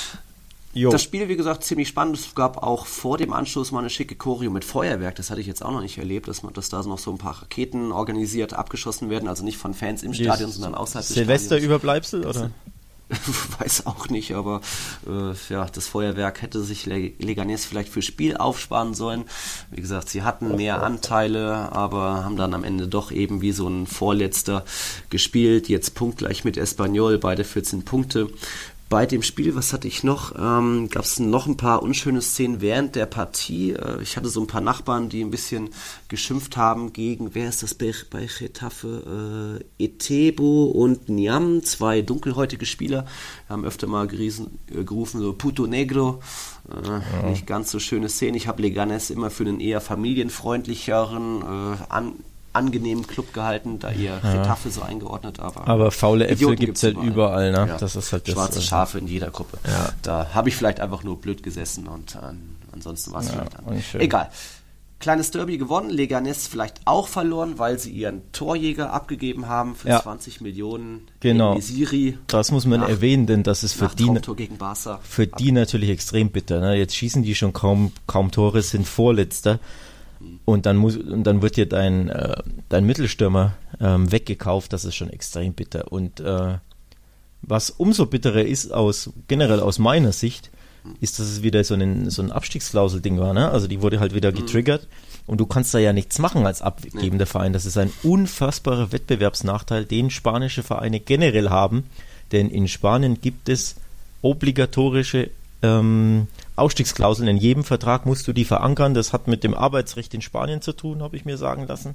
Jo. Das Spiel, wie gesagt, ziemlich spannend. Es gab auch vor dem Anschluss mal eine schicke Choreo mit Feuerwerk. Das hatte ich jetzt auch noch nicht erlebt, dass, man, dass da noch so ein paar Raketen organisiert, abgeschossen werden. Also nicht von Fans im Stadion, sondern außerhalb des Stadions. Silvesterüberbleibsel, oder? Weiß auch nicht, aber äh, ja, das Feuerwerk hätte sich Leganés vielleicht für Spiel aufsparen sollen. Wie gesagt, sie hatten mehr Anteile, aber haben dann am Ende doch eben wie so ein Vorletzter gespielt. Jetzt punktgleich mit Espanyol, beide vierzehn Punkte. Bei dem Spiel, was hatte ich noch, ähm, gab es noch ein paar unschöne Szenen während der Partie. Äh, ich hatte so ein paar Nachbarn, die ein bisschen geschimpft haben gegen, wer ist das bei, bei Getafe? Äh, Etebo und Niam, zwei dunkelhäutige Spieler, haben öfter mal geriesen, äh, gerufen, so Puto Negro. Äh, ja. Nicht ganz so schöne Szenen. Ich habe Leganés immer für einen eher familienfreundlicheren, äh, an angenehmen Club gehalten, da ihr Getafe ja. so eingeordnet, aber aber faule Äpfel gibt es halt überall, ne? Ja. Das ist halt das, schwarze Schafe in jeder Gruppe. Ja. Da habe ich vielleicht einfach nur blöd gesessen und äh, ansonsten war es ja, vielleicht dann. Egal. Kleines Derby gewonnen, Leganés vielleicht auch verloren, weil sie ihren Torjäger abgegeben haben für ja. zwanzig Millionen. Genau. Misiri. Das muss man nach, erwähnen, denn das ist für die, gegen Barca für die natürlich extrem bitter. Ne? Jetzt schießen die schon kaum, kaum Tore, sind Vorletzter. Und dann muss und dann wird dir dein, äh, dein Mittelstürmer ähm, weggekauft, das ist schon extrem bitter. Und äh, was umso bitterer ist, aus generell aus meiner Sicht, ist, dass es wieder so ein, so ein Abstiegsklausel-Ding war. Ne? Also die wurde halt wieder getriggert und du kannst da ja nichts machen als abgebender Verein. Das ist ein unfassbarer Wettbewerbsnachteil, den spanische Vereine generell haben, denn in Spanien gibt es obligatorische ähm, Ausstiegsklauseln. In jedem Vertrag musst du die verankern. Das hat mit dem Arbeitsrecht in Spanien zu tun, habe ich mir sagen lassen.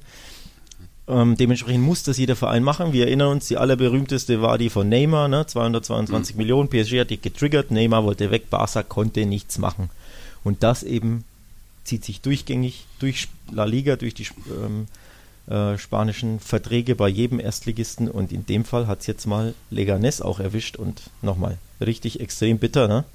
Ähm, dementsprechend muss das jeder Verein machen. Wir erinnern uns, die allerberühmteste war die von Neymar, ne? zweihundertzweiundzwanzig mhm. Millionen. P S G hat die getriggert, Neymar wollte weg, Barca konnte nichts machen. Und das eben zieht sich durchgängig durch La Liga, durch die ähm, äh, spanischen Verträge bei jedem Erstligisten. Und in dem Fall hat es jetzt mal Leganés auch erwischt. Und nochmal, richtig extrem bitter, ne?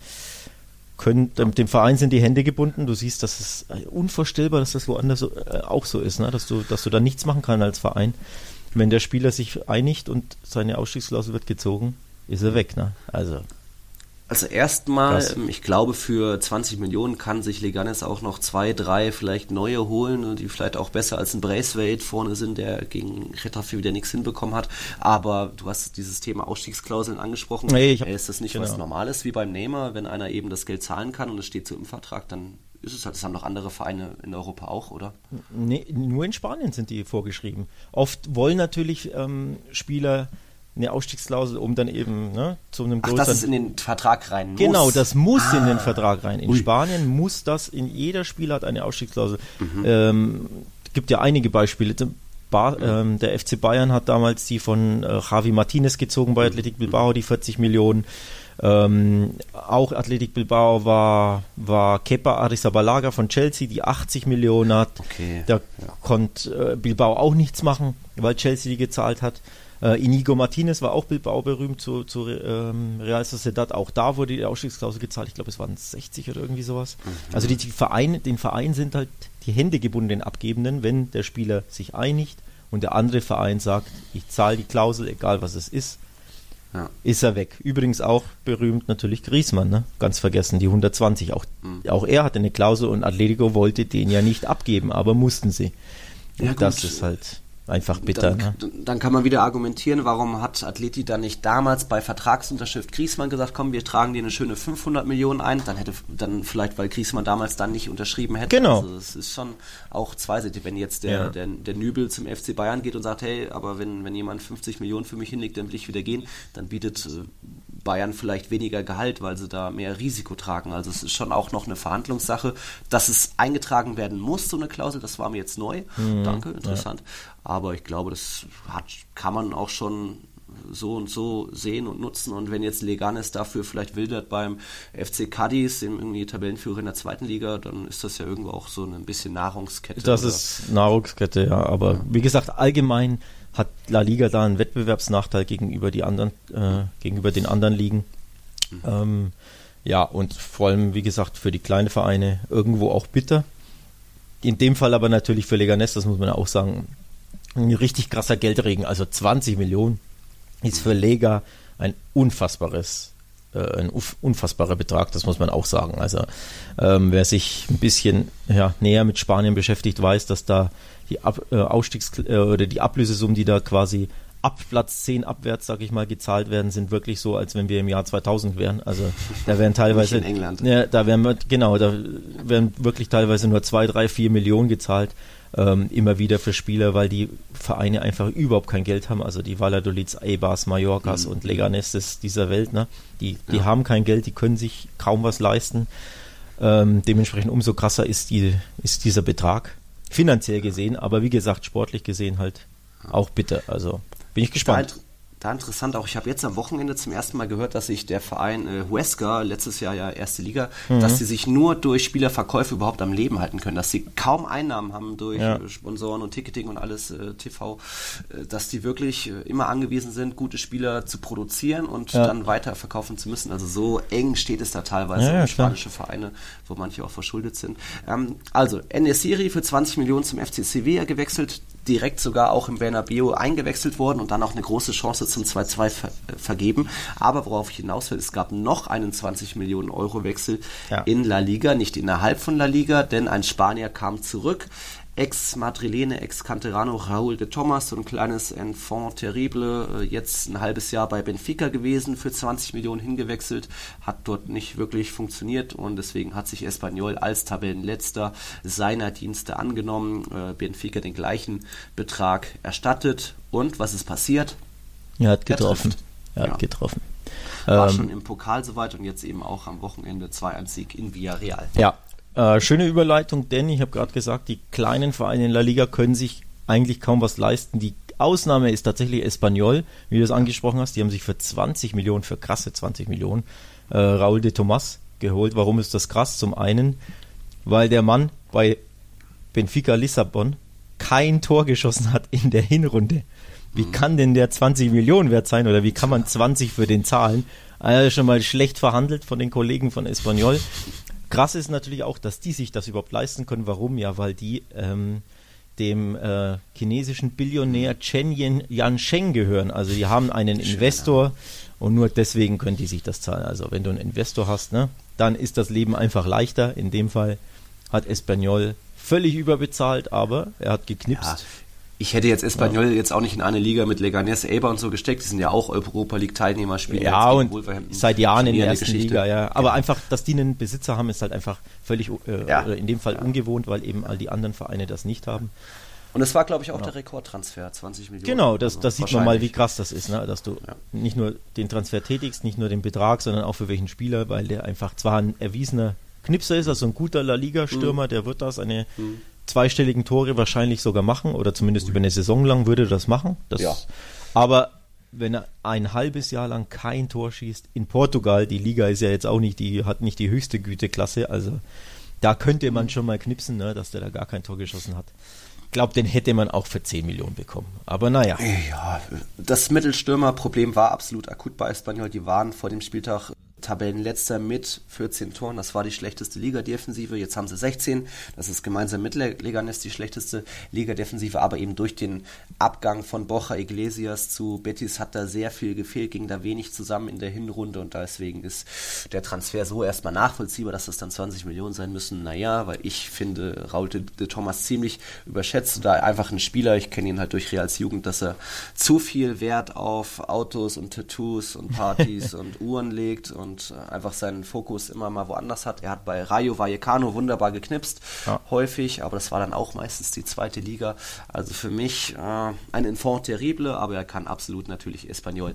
Können, dem Verein sind die Hände gebunden. Du siehst, das ist unvorstellbar, dass das woanders so, äh, auch so ist, ne? dass du, dass du da nichts machen kannst als Verein. Wenn der Spieler sich einigt und seine Ausstiegsklausel wird gezogen, ist er weg. Ne? Also, also erstmal, ich glaube, für zwanzig Millionen kann sich Leganés auch noch zwei, drei vielleicht neue holen, die vielleicht auch besser als ein Braithwaite vorne sind, der gegen Getafe wieder nichts hinbekommen hat. Aber du hast dieses Thema Ausstiegsklauseln angesprochen. Nee, ich hab, ist das nicht genau. was Normales wie beim Neymar, wenn einer eben das Geld zahlen kann und es steht so im Vertrag, dann ist es halt, das haben doch andere Vereine in Europa auch, oder? Nee, nur in Spanien sind die vorgeschrieben. Oft wollen natürlich ähm, Spieler eine Ausstiegsklausel, um dann eben ne, zu einem größeren... Ach, dass es in den Vertrag rein muss? Genau, das muss ah. in den Vertrag rein. In Ui. Spanien muss das, in jeder Spieler hat eine Ausstiegsklausel. Mhm. Ähm, gibt ja einige Beispiele. Bar, mhm. ähm, der F C Bayern hat damals die von äh, Javi Martinez gezogen bei Athletic Bilbao, die vierzig Millionen. Ähm, auch Athletic Bilbao war, war Kepa Arrizabalaga von Chelsea, die achtzig Millionen hat. Okay. Da ja. konnte äh, Bilbao auch nichts machen, weil Chelsea die gezahlt hat. Äh, Inigo Martinez war auch Bilbao berühmt zu, zu ähm, Real Sociedad. Auch da wurde die Ausstiegsklausel gezahlt. Ich glaube, es waren sechzig oder irgendwie sowas. Mhm. Also die, die Vereine, den Verein sind halt die Hände gebunden, den Abgebenden, wenn der Spieler sich einigt und der andere Verein sagt, ich zahle die Klausel, egal was es ist, ja. ist er weg. Übrigens auch berühmt natürlich Griezmann, ne? Ganz vergessen, die hundertzwanzig. Auch, mhm. auch er hatte eine Klausel und Atletico wollte den ja nicht abgeben, aber mussten sie. Ja, das ist halt einfach bitter. Dann, ne? dann kann man wieder argumentieren, warum hat Atleti dann nicht damals bei Vertragsunterschrift Griezmann gesagt, komm, wir tragen dir eine schöne fünfhundert Millionen ein, dann hätte dann vielleicht, weil Griezmann damals dann nicht unterschrieben hätte. Genau. Also es ist schon auch zweiseitig, wenn jetzt der, ja. der, der Nübel zum F C Bayern geht und sagt, hey, aber wenn, wenn jemand fünfzig Millionen für mich hinlegt, dann will ich wieder gehen, dann bietet Bayern vielleicht weniger Gehalt, weil sie da mehr Risiko tragen. Also es ist schon auch noch eine Verhandlungssache, dass es eingetragen werden muss, so eine Klausel, das war mir jetzt neu. Mhm. Danke, interessant. Ja. Aber ich glaube, das hat, kann man auch schon so und so sehen und nutzen. Und wenn jetzt Leganes dafür vielleicht wildert beim F C Cadiz, dem irgendwie Tabellenführer in der zweiten Liga, dann ist das ja irgendwo auch so ein bisschen Nahrungskette. Das oder? ist Nahrungskette, ja. Aber ja. wie gesagt, allgemein hat La Liga da einen Wettbewerbsnachteil gegenüber die anderen, äh, gegenüber den anderen Ligen. Mhm. Ähm, ja, und vor allem, wie gesagt, für die kleinen Vereine irgendwo auch bitter. In dem Fall aber natürlich für Leganes, das muss man auch sagen, ein richtig krasser Geldregen, also zwanzig Millionen. Ist für Lega ein unfassbares, äh, ein unfassbarer Betrag, das muss man auch sagen. Also ähm, wer sich ein bisschen ja, näher mit Spanien beschäftigt, weiß, dass da die Ab, äh, Ausstiegs- äh, oder die Ablösesummen, die da quasi ab Platz zehn abwärts, sag ich mal, gezahlt werden, sind wirklich so, als wenn wir im Jahr zweitausend wären. Also da werden teilweise Nicht in England. Ja, da werden wir, genau, da werden wirklich teilweise nur zwei, drei, vier Millionen gezahlt. Ähm, immer wieder für Spieler, weil die Vereine einfach überhaupt kein Geld haben, also die Valladolids, Eibars, Mallorcas mhm. und Leganes dieser Welt, ne? die, die ja. haben kein Geld, die können sich kaum was leisten, ähm, dementsprechend umso krasser ist, die, ist dieser Betrag, finanziell gesehen, aber wie gesagt, sportlich gesehen halt auch bitter, also bin ich gespannt. Da, da interessant auch, ich habe jetzt am Wochenende zum ersten Mal gehört, dass sich der Verein äh, Huesca, letztes Jahr ja erste Liga, mhm. dass sie sich nur durch Spielerverkäufe überhaupt am Leben halten können, dass sie kaum Einnahmen haben durch ja. äh, Sponsoren und Ticketing und alles äh, T V, äh, dass die wirklich äh, immer angewiesen sind, gute Spieler zu produzieren und ja. dann weiter verkaufen zu müssen. Also so eng steht es da teilweise ja, ja, um spanische Vereine, wo manche auch verschuldet sind. Ähm, also, En-Nesyri für zwanzig Millionen zum F C Sevilla gewechselt, direkt sogar auch im Bernabeu eingewechselt worden und dann auch eine große Chance zum zwei zwei ver- vergeben. Aber worauf ich hinaus will, es gab noch einen zwanzig Millionen Euro Wechsel ja. in La Liga, nicht innerhalb von La Liga, denn ein Spanier kam zurück. Ex-Madrilene, Ex-Canterano, Raúl de Tomás, so ein kleines Enfant terrible, jetzt ein halbes Jahr bei Benfica gewesen, für zwanzig Millionen hingewechselt, hat dort nicht wirklich funktioniert und deswegen hat sich Espanyol als Tabellenletzter seiner Dienste angenommen, Benfica den gleichen Betrag erstattet und was ist passiert? Er hat getroffen. Er, er hat ja. getroffen. War ähm, schon im Pokal soweit und jetzt eben auch am Wochenende zwei eins Sieg in Villarreal. Ja, Äh, schöne Überleitung, denn ich habe gerade gesagt, die kleinen Vereine in La Liga können sich eigentlich kaum was leisten. Die Ausnahme ist tatsächlich Espanyol, wie du es angesprochen hast. Die haben sich für zwanzig Millionen, für krasse zwanzig Millionen, äh, Raúl de Tomás geholt. Warum ist das krass? Zum einen, weil der Mann bei Benfica Lissabon kein Tor geschossen hat in der Hinrunde. Wie mhm. kann denn der zwanzig Millionen wert sein oder wie kann man zwanzig für den zahlen? Also schon mal schlecht verhandelt von den Kollegen von Espanyol. Krass ist natürlich auch, dass die sich das überhaupt leisten können. Warum? Ja, weil die ähm, dem äh, chinesischen Billionär Chen Yansheng gehören. Also die haben einen Investor und nur deswegen können die sich das zahlen. Also wenn du einen Investor hast, ne, dann ist das Leben einfach leichter. In dem Fall hat Espanyol völlig überbezahlt, aber er hat geknipst. Ja. Ich hätte jetzt Espanyol ja. jetzt auch nicht in eine Liga mit Leganés, Eibar und so gesteckt. Die sind ja auch Europa League Teilnehmer, spielen ja und seit Jahren in der ersten Geschichte. Liga, ja. Aber ja. einfach, dass die einen Besitzer haben, ist halt einfach völlig, äh, ja. in dem Fall ja. ungewohnt, weil eben all die anderen Vereine das nicht haben. Und es war, glaube ich, auch ja. der Rekordtransfer, zwanzig Millionen. Genau, das, also das sieht man mal, wie krass das ist, ne? Dass du ja. nicht nur den Transfer tätigst, nicht nur den Betrag, sondern auch für welchen Spieler, weil der einfach zwar ein erwiesener Knipser ist, also ein guter La Liga-Stürmer, mhm. der wird das eine mhm. zweistelligen Tore wahrscheinlich sogar machen oder zumindest mhm. über eine Saison lang würde das machen. Das, ja. Aber wenn er ein halbes Jahr lang kein Tor schießt, in Portugal, die Liga ist ja jetzt auch nicht, die hat nicht die höchste Güteklasse, also da könnte man schon mal knipsen, ne, dass der da gar kein Tor geschossen hat. Ich glaube, den hätte man auch für zehn Millionen bekommen. Aber naja. Ja, das Mittelstürmerproblem war absolut akut bei Espanyol. Die waren vor dem Spieltag Tabellenletzter mit vierzehn Toren. Das war die schlechteste Liga-Defensive. Jetzt haben sie sechzehn. Das ist gemeinsam mit Leganés die schlechteste Liga-Defensive. Aber eben durch den Abgang von Borja Iglesias zu Betis hat da sehr viel gefehlt, ging da wenig zusammen in der Hinrunde und deswegen ist der Transfer so erstmal nachvollziehbar, dass das dann zwanzig Millionen sein müssen. Naja, weil ich finde Raúl de, de Tomás ziemlich überschätzt. Da einfach ein Spieler, ich kenne ihn halt durch Reals Jugend, dass er zu viel Wert auf Autos und Tattoos und Partys und Uhren legt und und einfach seinen Fokus immer mal woanders hat. Er hat bei Rayo Vallecano wunderbar geknipst, ja. häufig, aber das war dann auch meistens die zweite Liga. Also für mich äh, ein Enfant terrible, aber er kann absolut natürlich Espanyol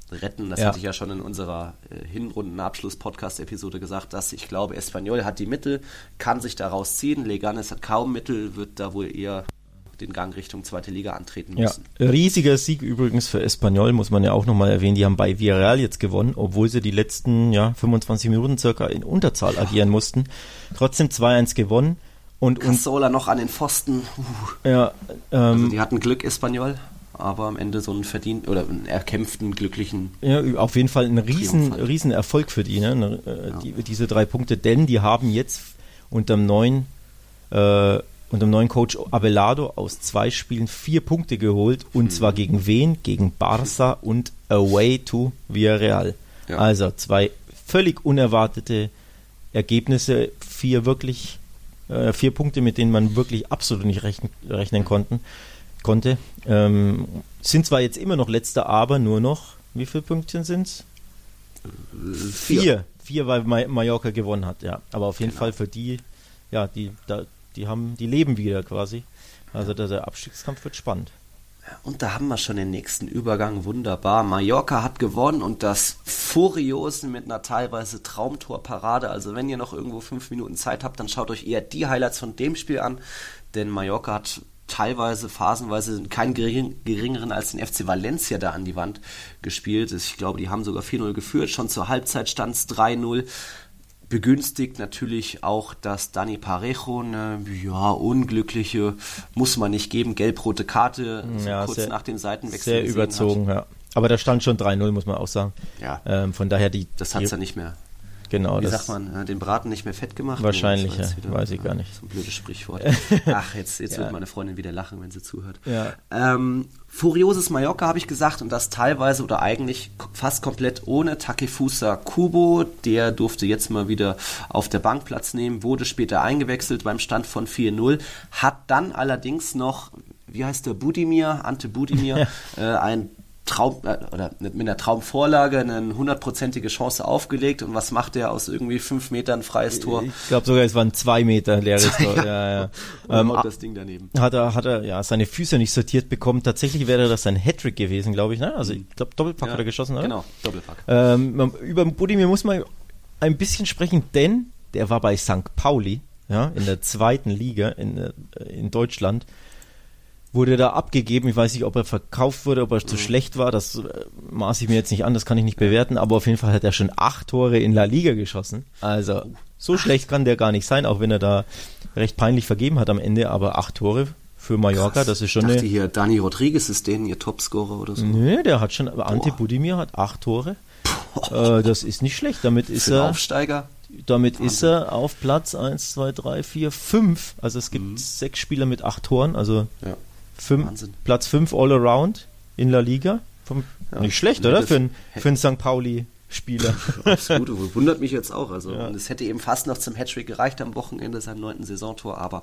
retten. Das ja. hatte ich ja schon in unserer äh, Hinrunden-Abschluss-Podcast-Episode gesagt, dass ich glaube, Espanyol hat die Mittel, kann sich daraus ziehen. Leganes hat kaum Mittel, wird da wohl eher den Gang Richtung zweite Liga antreten müssen. Ja, riesiger Sieg übrigens für Espanyol, muss man ja auch nochmal erwähnen. Die haben bei Villarreal jetzt gewonnen, obwohl sie die letzten ja, fünfundzwanzig Minuten circa in Unterzahl ja. agieren mussten. Trotzdem zwei eins gewonnen. Und, Cazorla noch an den Pfosten. Uh. Ja, ähm, also die hatten Glück, Espanyol, aber am Ende so einen verdienten oder einen erkämpften, glücklichen. Ja, auf jeden Fall ein riesen, riesen Erfolg für die, ne? Ja. die, diese drei Punkte, denn die haben jetzt unter dem neuen äh, und dem neuen Coach Abelardo aus zwei Spielen vier Punkte geholt und hm. zwar gegen wen? Gegen Barça und away to Villarreal. Ja. Also zwei völlig unerwartete Ergebnisse, vier wirklich, äh, vier Punkte, mit denen man wirklich absolut nicht rechnen, rechnen konnten, konnte. Ähm, sind zwar jetzt immer noch letzter, aber nur noch, wie viele Pünktchen sind es? Vier. Vier, vier, weil Mallorca gewonnen hat, ja. Aber auf jeden genau. Fall für die, ja, die da Die haben, die leben wieder quasi. Also der, der Abstiegskampf wird spannend. Und da haben wir schon den nächsten Übergang. Wunderbar. Mallorca hat gewonnen und das Furiose mit einer teilweise Traumtorparade. Also wenn ihr noch irgendwo fünf Minuten Zeit habt, dann schaut euch eher die Highlights von dem Spiel an. Denn Mallorca hat teilweise, phasenweise keinen gering, geringeren als den F C Valencia da an die Wand gespielt. Ich glaube, die haben sogar vier null geführt. Schon zur Halbzeit stand es drei null. Begünstigt natürlich auch, dass Dani Parejo eine ja, unglückliche, muss man nicht geben, gelb-rote Karte so ja, kurz sehr, nach dem Seitenwechsel sehr überzogen, hat. Ja. Aber da stand schon drei null, muss man auch sagen. Ja. Ähm, von daher die... Das hat es ja nicht mehr. Genau. Wie das sagt man, den Braten nicht mehr fett gemacht? Wahrscheinlich, ja, weiß ich gar nicht. So ein blödes Sprichwort. Ach, jetzt, jetzt ja. wird meine Freundin wieder lachen, wenn sie zuhört. Ja. Ähm, furioses Mallorca habe ich gesagt und das teilweise oder eigentlich fast komplett ohne Takefusa Kubo. Der durfte jetzt mal wieder auf der Bank Platz nehmen, wurde später eingewechselt beim Stand von vier null, hat dann allerdings noch, wie heißt der, Budimir, Ante Budimir, ja. äh, ein Traum, äh, oder mit einer Traumvorlage eine hundertprozentige Chance aufgelegt und was macht er aus irgendwie fünf Metern freies Tor? Ich glaube sogar, es waren zwei Meter leeres Tor. ja, ja. Ähm, das Ding daneben. Hat er, hat er ja seine Füße nicht sortiert bekommen. Tatsächlich wäre das ein Hattrick gewesen, glaube ich. Ne? Also ich glaube Doppelpack ja, hat er geschossen, oder? Genau, Doppelpack. Ähm, über Budimir muss man ein bisschen sprechen, denn der war bei Sankt Pauli, ja, in der zweiten Liga in, in Deutschland. Wurde da abgegeben, ich weiß nicht, ob er verkauft wurde, ob er zu mhm. schlecht war, das äh, maße ich mir jetzt nicht an, das kann ich nicht bewerten, aber auf jeden Fall hat er schon acht Tore in La Liga geschossen, also so schlecht kann der gar nicht sein, auch wenn er da recht peinlich vergeben hat am Ende, aber acht Tore für Mallorca, krass. Das ist schon ich dachte eine... hier, Dani Rodriguez ist denen ihr Topscorer oder so. Nö, der hat schon, aber Ante Budimir hat acht Tore, äh, das ist nicht schlecht, damit ist für er... Aufsteiger. Damit Wahnsinn. Ist er auf Platz eins, zwei, drei, vier, fünf, also es gibt mhm. sechs Spieler mit acht Toren, also... Ja. Fünf, Platz fünf all around in La Liga. Vom, ja, nicht schlecht, oder? Für, ein, für einen Sankt Pauli-Spieler. Absolut, wundert mich jetzt auch. Also, ja. Und es hätte eben fast noch zum Hattrick gereicht am Wochenende, seinem neunten Saisontor, aber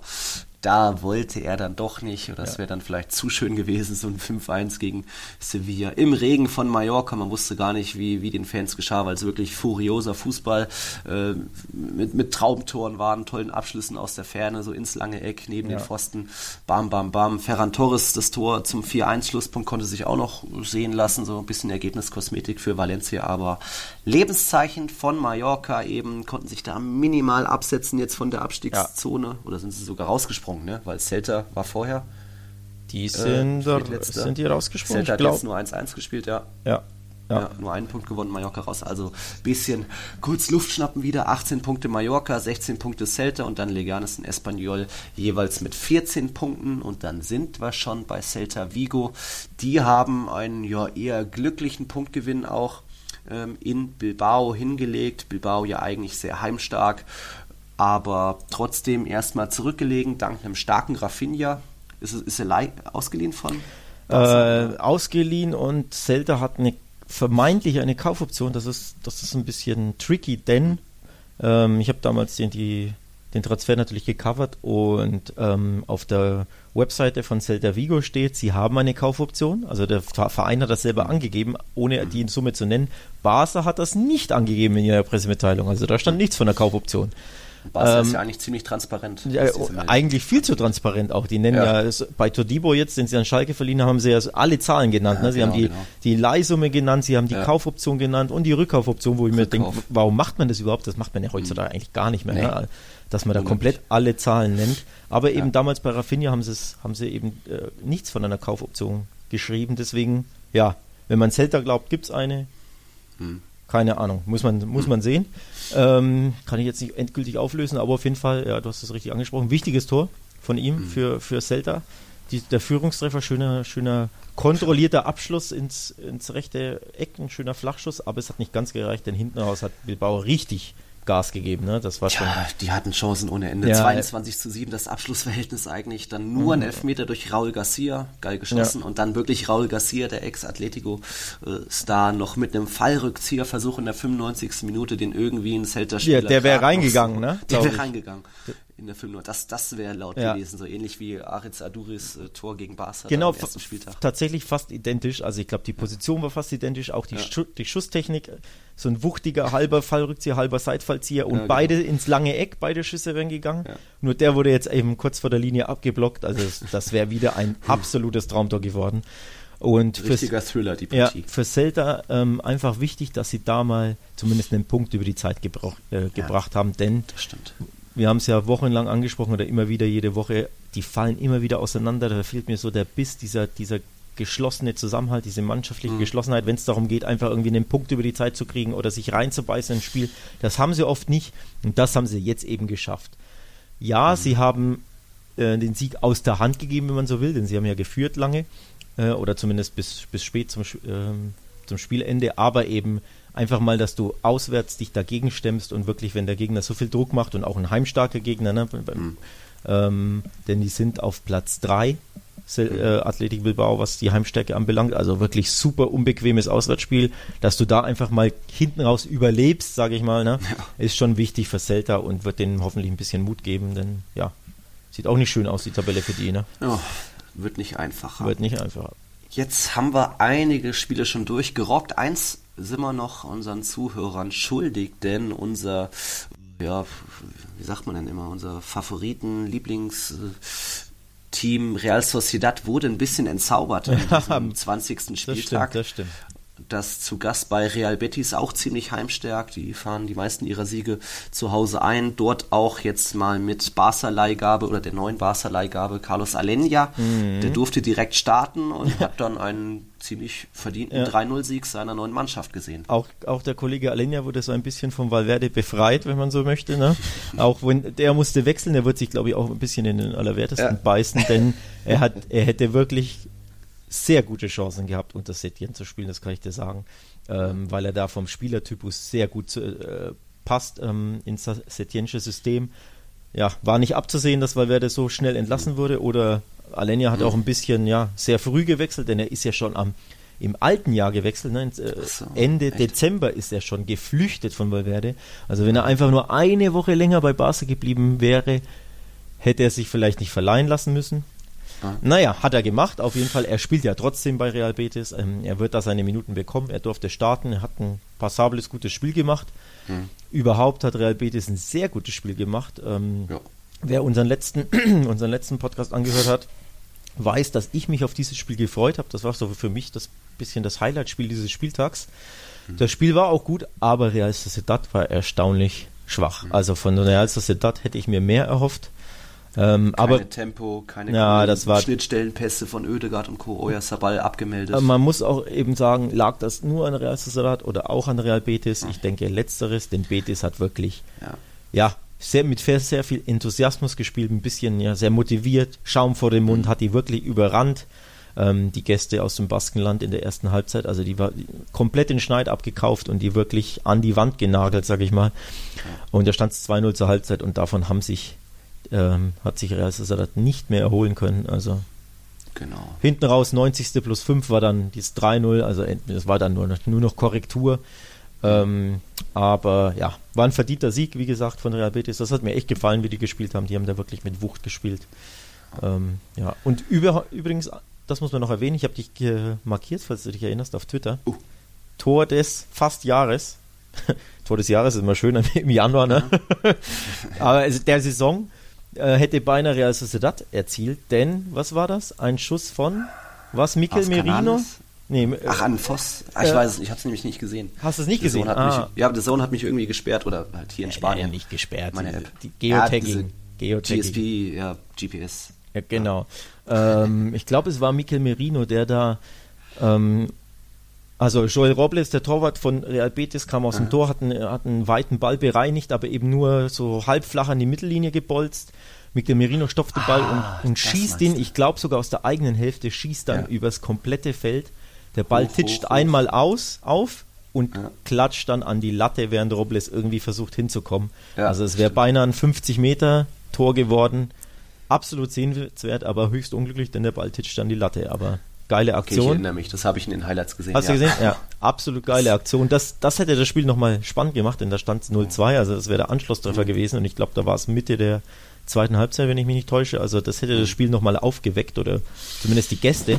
da wollte er dann doch nicht. Oder das wäre dann vielleicht zu schön gewesen, so ein fünf eins gegen Sevilla. Im Regen von Mallorca. Man wusste gar nicht, wie, wie den Fans geschah, weil es wirklich furioser Fußball äh, mit, mit Traumtoren waren, tollen Abschlüssen aus der Ferne, so ins lange Eck, neben ja. den Pfosten. Bam, bam, bam. Ferran Torres, das Tor zum vier eins Schlusspunkt, konnte sich auch noch sehen lassen. So ein bisschen Ergebniskosmetik für Valencia, aber Lebenszeichen von Mallorca eben, konnten sich da minimal absetzen jetzt von der Abstiegszone. Ja. Oder sind sie sogar rausgesprungen? Ne? Weil Celta war vorher. Die sind, äh, sind die rausgesprungen. Celta hat jetzt nur eins eins gespielt, ja. Ja. Ja. ja. Nur einen Punkt gewonnen, Mallorca raus. Also bisschen kurz Luft schnappen wieder. achtzehn Punkte Mallorca, sechzehn Punkte Celta und dann Leganes und Espanyol jeweils mit vierzehn Punkten. Und dann sind wir schon bei Celta Vigo. Die haben einen ja eher glücklichen Punktgewinn auch ähm, in Bilbao hingelegt. Bilbao ja eigentlich sehr heimstark, aber trotzdem erstmal zurückgelegen, dank einem starken Rafinha. Ist, ist er leih, ausgeliehen von? Äh, ausgeliehen und Celta hat eine vermeintlich eine Kaufoption. Das ist, das ist ein bisschen tricky, denn ähm, ich habe damals den, die, den Transfer natürlich gecovert und ähm, auf der Webseite von Celta Vigo steht, sie haben eine Kaufoption. Also der Verein hat das selber angegeben, ohne die Summe zu nennen. Barca hat das nicht angegeben in ihrer Pressemitteilung. Also da stand nichts von der Kaufoption. Barca ähm, ist ja eigentlich ziemlich transparent. Ja, eigentlich viel zu transparent auch. Die nennen ja, ja bei Todibo jetzt, den sie an Schalke verliehen haben, sie ja alle Zahlen genannt. Ja, ne? Sie genau, haben die, genau. die Leihsumme genannt, sie haben die ja. Kaufoption genannt und die Rückkaufoption, wo ich Rückkauf. mir denke, warum macht man das überhaupt? Das macht man ja heutzutage mhm. eigentlich gar nicht mehr. Nee. Ne? Dass man da komplett alle Zahlen nennt. Aber eben ja. damals bei Rafinha haben, haben sie eben äh, nichts von einer Kaufoption geschrieben. Deswegen, ja, wenn man Celta glaubt, gibt es eine. Hm. Keine Ahnung, muss man, muss hm. man sehen. Ähm, kann ich jetzt nicht endgültig auflösen, aber auf jeden Fall, ja, du hast es richtig angesprochen, wichtiges Tor von ihm hm. für, für Celta. Die, der Führungstreffer, schöner, schöner kontrollierter Abschluss ins, ins rechte Eck, ein schöner Flachschuss, aber es hat nicht ganz gereicht, denn hinten raus hat Bilbao richtig Gas gegeben, ne? Das war schon. Ja, die hatten Chancen ohne Ende. Ja, zweiundzwanzig zu sieben, das Abschlussverhältnis eigentlich. Dann nur ein Elfmeter durch Raúl García, geil geschossen. Ja. Und dann wirklich Raúl García, der Ex-Atletico-Star, noch mit einem Fallrückzieherversuch in der fünfundneunzigsten Minute, den irgendwie ein Celta-Spieler. Ja, der wäre reingegangen, so, ne? Der wäre reingegangen. In der fünfundneunzigsten Das, das wäre laut ja. gewesen, so ähnlich wie Aritz Aduris äh, Tor gegen Barca genau, am ersten Spieltag. F- tatsächlich fast identisch. Also ich glaube, die Position war fast identisch, auch die, ja. Schu- die Schusstechnik, so ein wuchtiger halber Fallrückzieher, halber Seitfallzieher und ja, genau. beide ins lange Eck, beide Schüsse wären gegangen. Ja. Nur der wurde jetzt eben kurz vor der Linie abgeblockt, also das, das wäre wieder ein absolutes Traumtor geworden. Und richtiger für, Thriller, die Partie. Ja, für Celta ähm, einfach wichtig, dass sie da mal zumindest einen Punkt über die Zeit gebrauch, äh, gebracht ja, haben, denn das stimmt. Wir haben es ja wochenlang angesprochen oder immer wieder jede Woche, die fallen immer wieder auseinander, da fehlt mir so der Biss, dieser, dieser geschlossene Zusammenhalt, diese mannschaftliche mhm. Geschlossenheit, wenn es darum geht, einfach irgendwie einen Punkt über die Zeit zu kriegen oder sich reinzubeißen ins Spiel, das haben sie oft nicht und das haben sie jetzt eben geschafft. Ja, mhm. sie haben äh, den Sieg aus der Hand gegeben, wenn man so will, denn sie haben ja geführt lange äh, oder zumindest bis, bis spät zum, äh, zum Spielende, aber eben einfach mal, dass du auswärts dich dagegen stemmst und wirklich, wenn der Gegner so viel Druck macht und auch ein heimstarker Gegner, ne, mhm. ähm, denn die sind auf Platz drei, äh, Athletic Bilbao, was die Heimstärke anbelangt, also wirklich super unbequemes Auswärtsspiel, dass du da einfach mal hinten raus überlebst, sage ich mal, ne, ja. ist schon wichtig für Celta und wird denen hoffentlich ein bisschen Mut geben, denn ja, sieht auch nicht schön aus, die Tabelle für die, ne? Ja, wird nicht einfacher. Wird nicht einfacher. Jetzt haben wir einige Spiele schon durchgerockt. Eins sind wir noch unseren Zuhörern schuldig, denn unser, ja, wie sagt man denn immer, unser Favoriten, Lieblingsteam Real Sociedad wurde ein bisschen entzaubert am zwanzigsten Spieltag. Das stimmt, das stimmt. Das zu Gast bei Real Betis auch ziemlich heimstark. Die fahren die meisten ihrer Siege zu Hause ein. Dort auch jetzt mal mit Barca-Leihgabe oder der neuen Barca-Leihgabe Carlos Aleñá. Mhm. Der durfte direkt starten und hat dann einen ziemlich verdienten ja. drei null Sieg seiner neuen Mannschaft gesehen. Auch, auch der Kollege Aleñá wurde so ein bisschen von Valverde befreit, wenn man so möchte. Ne? Auch wenn der musste wechseln, der wird sich, glaube ich, auch ein bisschen in den Allerwertesten ja. beißen, denn er hat, er hätte wirklich sehr gute Chancen gehabt, unter Setien zu spielen, das kann ich dir sagen, ähm, weil er da vom Spielertypus sehr gut äh, passt ähm, ins Setiensche System. Ja, war nicht abzusehen, dass Valverde so schnell entlassen wurde oder Aleñá hat auch ein bisschen, ja, sehr früh gewechselt, denn er ist ja schon am im alten Jahr gewechselt, ne? so, Ende echt? Dezember ist er schon geflüchtet von Valverde. Also wenn er einfach nur eine Woche länger bei Barca geblieben wäre, hätte er sich vielleicht nicht verleihen lassen müssen. Naja, hat er gemacht, auf jeden Fall. Er spielt ja trotzdem bei Real Betis. Ähm, er wird da seine Minuten bekommen. Er durfte starten. Er hat ein passables, gutes Spiel gemacht. Mhm. Überhaupt hat Real Betis ein sehr gutes Spiel gemacht. Ähm, ja. Wer unseren letzten, unseren letzten Podcast angehört hat, weiß, dass ich mich auf dieses Spiel gefreut habe. Das war so für mich das bisschen das Highlight-Spiel dieses Spieltags. Mhm. Das Spiel war auch gut, aber Real Sociedad war erstaunlich schwach. Mhm. Also von Real Sociedad hätte ich mir mehr erhofft. Ähm, keine aber, Tempo, keine ja, das war, Schnittstellenpässe von Oedegaard und Co. Oyarzabal abgemeldet. Man muss auch eben sagen, lag das nur an Real Sociedad oder auch an Real Betis? Ja. Ich denke letzteres, denn Betis hat wirklich ja, ja sehr, mit sehr, sehr viel Enthusiasmus gespielt, ein bisschen ja sehr motiviert, Schaum vor dem Mund, mhm. hat die wirklich überrannt. Ähm, die Gäste aus dem Baskenland in der ersten Halbzeit, also die war komplett in Schneid abgekauft und die wirklich an die Wand genagelt, sage ich mal. Ja. Und da stand es zwei null zur Halbzeit und davon haben sich Ähm, hat sich Real Sociedad nicht mehr erholen können. Also genau. Hinten raus, neunzigste plus fünf war dann dieses drei null, also das war dann nur noch, nur noch Korrektur. Ähm, aber ja, war ein verdienter Sieg, wie gesagt, von Real Betis. Das hat mir echt gefallen, wie die gespielt haben. Die haben da wirklich mit Wucht gespielt. Ähm, ja. Und über, übrigens, das muss man noch erwähnen, ich habe dich äh, markiert, falls du dich erinnerst, auf Twitter. Uh. Tor des fast Jahres. Tor des Jahres ist immer schön im Januar, ne? Mhm. Aber also der Saison äh, hätte beinahe Real Sociedad erzielt, denn, was war das? Ein Schuss von, was, Mikel Merino? Nee, Ach, an Voss. Ach, ich äh, weiß es, ich habe es nämlich nicht gesehen. Hast du es nicht The gesehen? Hat ah. mich, ja, The Zone hat mich irgendwie gesperrt oder halt hier in Spanien. Ja, nicht gesperrt. Meine App. Die Geotagging. Ja, G S P, ja, G P S. Ja, genau. Ja. Ähm, ich glaube, es war Mikel Merino, der da ähm, also Joel Robles, der Torwart von Real Betis, kam aus dem ja. Tor, hat einen, hat einen weiten Ball bereinigt, aber eben nur so halb flach an die Mittellinie gebolzt. Mikel Merino stopft den Ball ah, und, und schießt ihn, ich glaube sogar aus der eigenen Hälfte, schießt dann ja. übers komplette Feld. Der Ball hoch, titscht hoch, einmal hoch. aus, auf und ja. klatscht dann an die Latte, während Robles irgendwie versucht hinzukommen. Ja, also es wäre beinahe ein fünfzig Meter Tor geworden. Absolut sehenswert, aber höchst unglücklich, denn der Ball titscht an die Latte. Aber geile Aktion. Okay, ich erinnere mich, das habe ich in den Highlights gesehen. Hast ja. du gesehen? Ja, absolut geile Aktion. Das, das hätte das Spiel nochmal spannend gemacht, denn da stand es null zwei, also das wäre der Anschlusstreffer mhm. gewesen und ich glaube, da war es Mitte der zweiten Halbzeit, wenn ich mich nicht täusche. Also das hätte das Spiel nochmal aufgeweckt oder zumindest die Gäste.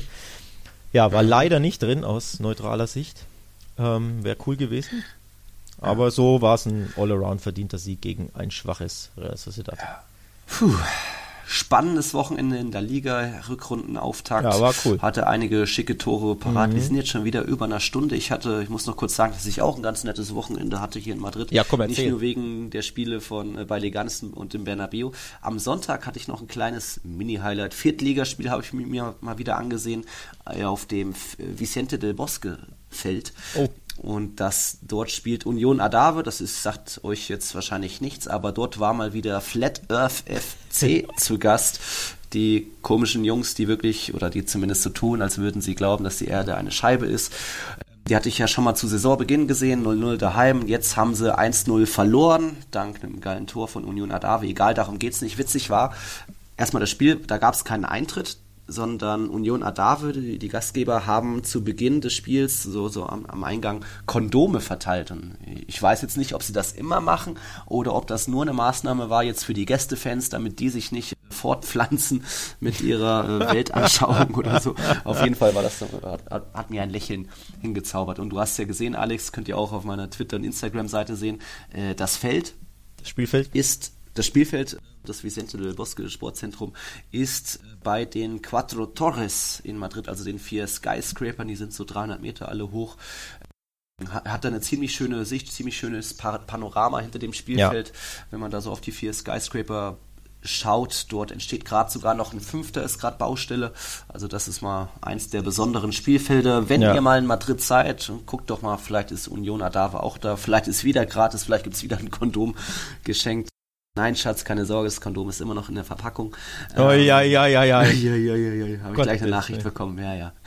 Ja, war leider nicht drin aus neutraler Sicht. Ähm, wäre cool gewesen. Aber so war es ein all-around verdienter Sieg gegen ein schwaches Real Sociedad. Ja. Puh. Spannendes Wochenende in der Liga, Rückrundenauftakt. Ja, war cool. Hatte einige schicke Tore parat. Mhm. Wir sind jetzt schon wieder über einer Stunde. Ich hatte, ich muss noch kurz sagen, dass ich auch ein ganz nettes Wochenende hatte hier in Madrid. Ja, komm, erzähl. Nicht nur wegen der Spiele von äh, bei Leganés und dem Bernabéu. Am Sonntag hatte ich noch ein kleines Mini-Highlight. Viertligaspiel habe ich mir mal wieder angesehen äh, auf dem Vicente del Bosque Feld. Oh. Und das dort spielt Unión Adave, das ist, sagt euch jetzt wahrscheinlich nichts, aber dort war mal wieder Flat Earth F C zu Gast. Die komischen Jungs, die wirklich, oder die zumindest so tun, als würden sie glauben, dass die Erde eine Scheibe ist. Die hatte ich ja schon mal zu Saisonbeginn gesehen, null null daheim. Jetzt haben sie eins null verloren, dank einem geilen Tor von Unión Adave. Egal, darum geht's nicht. Witzig war, erstmal das Spiel, da gab es keinen Eintritt, sondern Unión Adave, die, die Gastgeber, haben zu Beginn des Spiels so, so am, am Eingang Kondome verteilt. Und ich weiß jetzt nicht, ob sie das immer machen oder ob das nur eine Maßnahme war jetzt für die Gästefans, damit die sich nicht fortpflanzen mit ihrer äh, Weltanschauung oder so. Auf jeden Fall war das, hat, hat mir ein Lächeln hingezaubert. Und du hast ja gesehen, Alex, könnt ihr auch auf meiner Twitter- und Instagram-Seite sehen, äh, das Feld, das Spielfeld ist Das Spielfeld, das Vicente del Bosque Sportzentrum, ist bei den Cuatro Torres in Madrid, also den vier Skyscrapern, die sind so dreihundert Meter alle hoch. Hat da eine ziemlich schöne Sicht, ziemlich schönes Panorama hinter dem Spielfeld. Ja. Wenn man da so auf die vier Skyscraper schaut, dort entsteht gerade sogar noch ein fünfter, ist gerade Baustelle. Also das ist mal eins der besonderen Spielfelder. Wenn ja. ihr mal in Madrid seid, guckt doch mal, vielleicht ist Unión Adave auch da, vielleicht ist wieder gratis, vielleicht gibt es wieder ein Kondom geschenkt. Nein, Schatz, keine Sorge, das Kondom ist immer noch in der Verpackung. Oh, ähm, ja, ja, ja, ja. ja, ja, ja, ja, ja. Habe ich gleich eine Nachricht bekommen, ja, ja.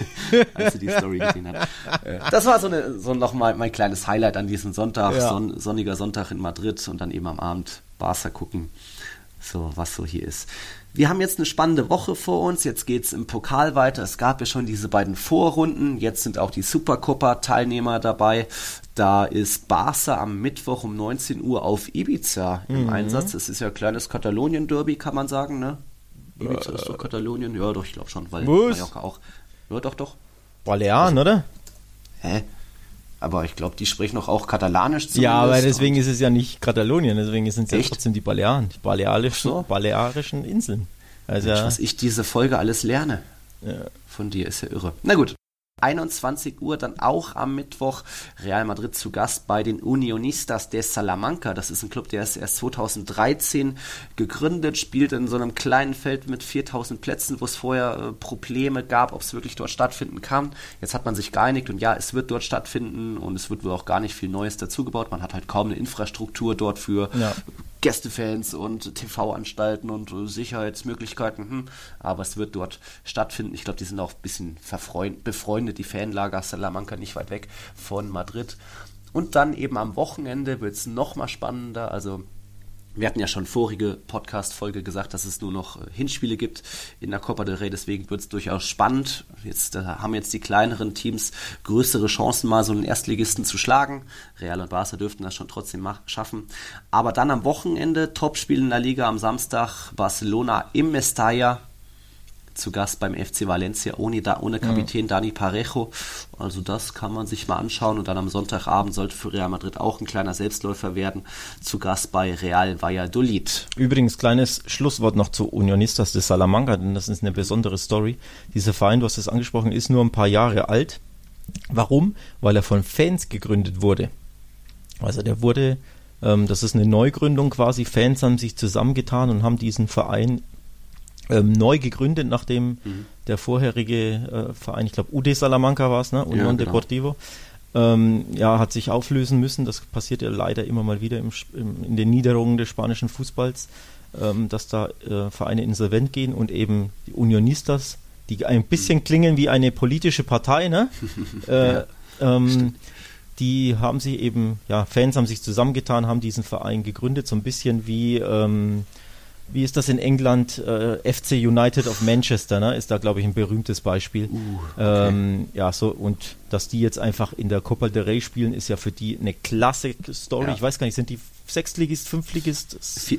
Als sie die Story gesehen hat. Das war so, eine, so nochmal mein kleines Highlight an diesem Sonntag, ja. Son, sonniger Sonntag in Madrid und dann eben am Abend Barca gucken, so was so hier ist. Wir haben jetzt eine spannende Woche vor uns, jetzt geht's im Pokal weiter, es gab ja schon diese beiden Vorrunden, jetzt sind auch die Supercopa-Teilnehmer dabei, da ist Barca am Mittwoch um neunzehn Uhr auf Ibiza im mhm. Einsatz, das ist ja ein kleines Katalonien-Derby, kann man sagen, ne? Ibiza äh, ist doch Katalonien, ja doch, ich glaube schon, weil Mallorca auch, ja doch, doch. Balearen, also, oder? Hä? Aber ich glaube, die sprechen doch auch Katalanisch zumindest. Ja, aber deswegen ist es ja nicht Katalonien, deswegen sind es ja trotzdem die Balearen, die Balearischen, so. Balearischen Inseln. Also, Mensch, was ich diese Folge alles lerne. Ja. Von dir ist ja irre. Na gut. einundzwanzig Uhr dann auch am Mittwoch Real Madrid zu Gast bei den Unionistas de Salamanca. Das ist ein Club, der ist erst zweitausenddreizehn gegründet, spielt in so einem kleinen Feld mit viertausend Plätzen, wo es vorher äh, Probleme gab, ob es wirklich dort stattfinden kann. Jetzt hat man sich geeinigt und ja, es wird dort stattfinden und es wird wohl auch gar nicht viel Neues dazugebaut. Man hat halt kaum eine Infrastruktur dort für ja. Gästefans und T V-Anstalten und äh, Sicherheitsmöglichkeiten. Hm. Aber es wird dort stattfinden. Ich glaube, die sind auch ein bisschen verfreund- befreundet, die Fanlager Salamanca, nicht weit weg von Madrid. Und dann eben am Wochenende wird es nochmal spannender. Also wir hatten ja schon vorige Podcast-Folge gesagt, dass es nur noch Hinspiele gibt in der Copa del Rey, deswegen wird es durchaus spannend. Jetzt äh, haben jetzt die kleineren Teams größere Chancen, mal so einen Erstligisten zu schlagen. Real und Barca dürften das schon trotzdem mach- schaffen. Aber dann am Wochenende, Topspiel in der Liga am Samstag, Barcelona im Mestalla. zu Gast beim F C Valencia, ohne, da, ohne Kapitän mhm. Dani Parejo. Also das kann man sich mal anschauen. Und dann am Sonntagabend sollte für Real Madrid auch ein kleiner Selbstläufer werden, zu Gast bei Real Valladolid. Übrigens, kleines Schlusswort noch zu Unionistas de Salamanca, denn das ist eine besondere Story. Dieser Verein, du hast es angesprochen, ist nur ein paar Jahre alt. Warum? Weil er von Fans gegründet wurde. Also der wurde, ähm, das ist eine Neugründung quasi, Fans haben sich zusammengetan und haben diesen Verein ähm, neu gegründet, nachdem mhm. der vorherige äh, Verein, ich glaube U D Salamanca war es, ne? Unión ja, genau. Deportivo, ähm, ja, hat sich auflösen müssen. Das passiert ja leider immer mal wieder im, im, in den Niederungen des spanischen Fußballs, ähm, dass da äh, Vereine insolvent gehen und eben die Unionistas, die ein bisschen mhm. klingen wie eine politische Partei, ne? äh, ja, ähm, die haben sich eben, ja, Fans haben sich zusammengetan, haben diesen Verein gegründet, so ein bisschen wie, ähm, wie ist das in England, äh, F C United of Manchester, ne? Ist da, glaube ich, ein berühmtes Beispiel. Uh, okay. ähm, ja, so, und dass die jetzt einfach in der Copa del Rey spielen, ist ja für die eine klasse Story. Ja. Ich weiß gar nicht, sind die Sechstligist, Fünftligist? Vier.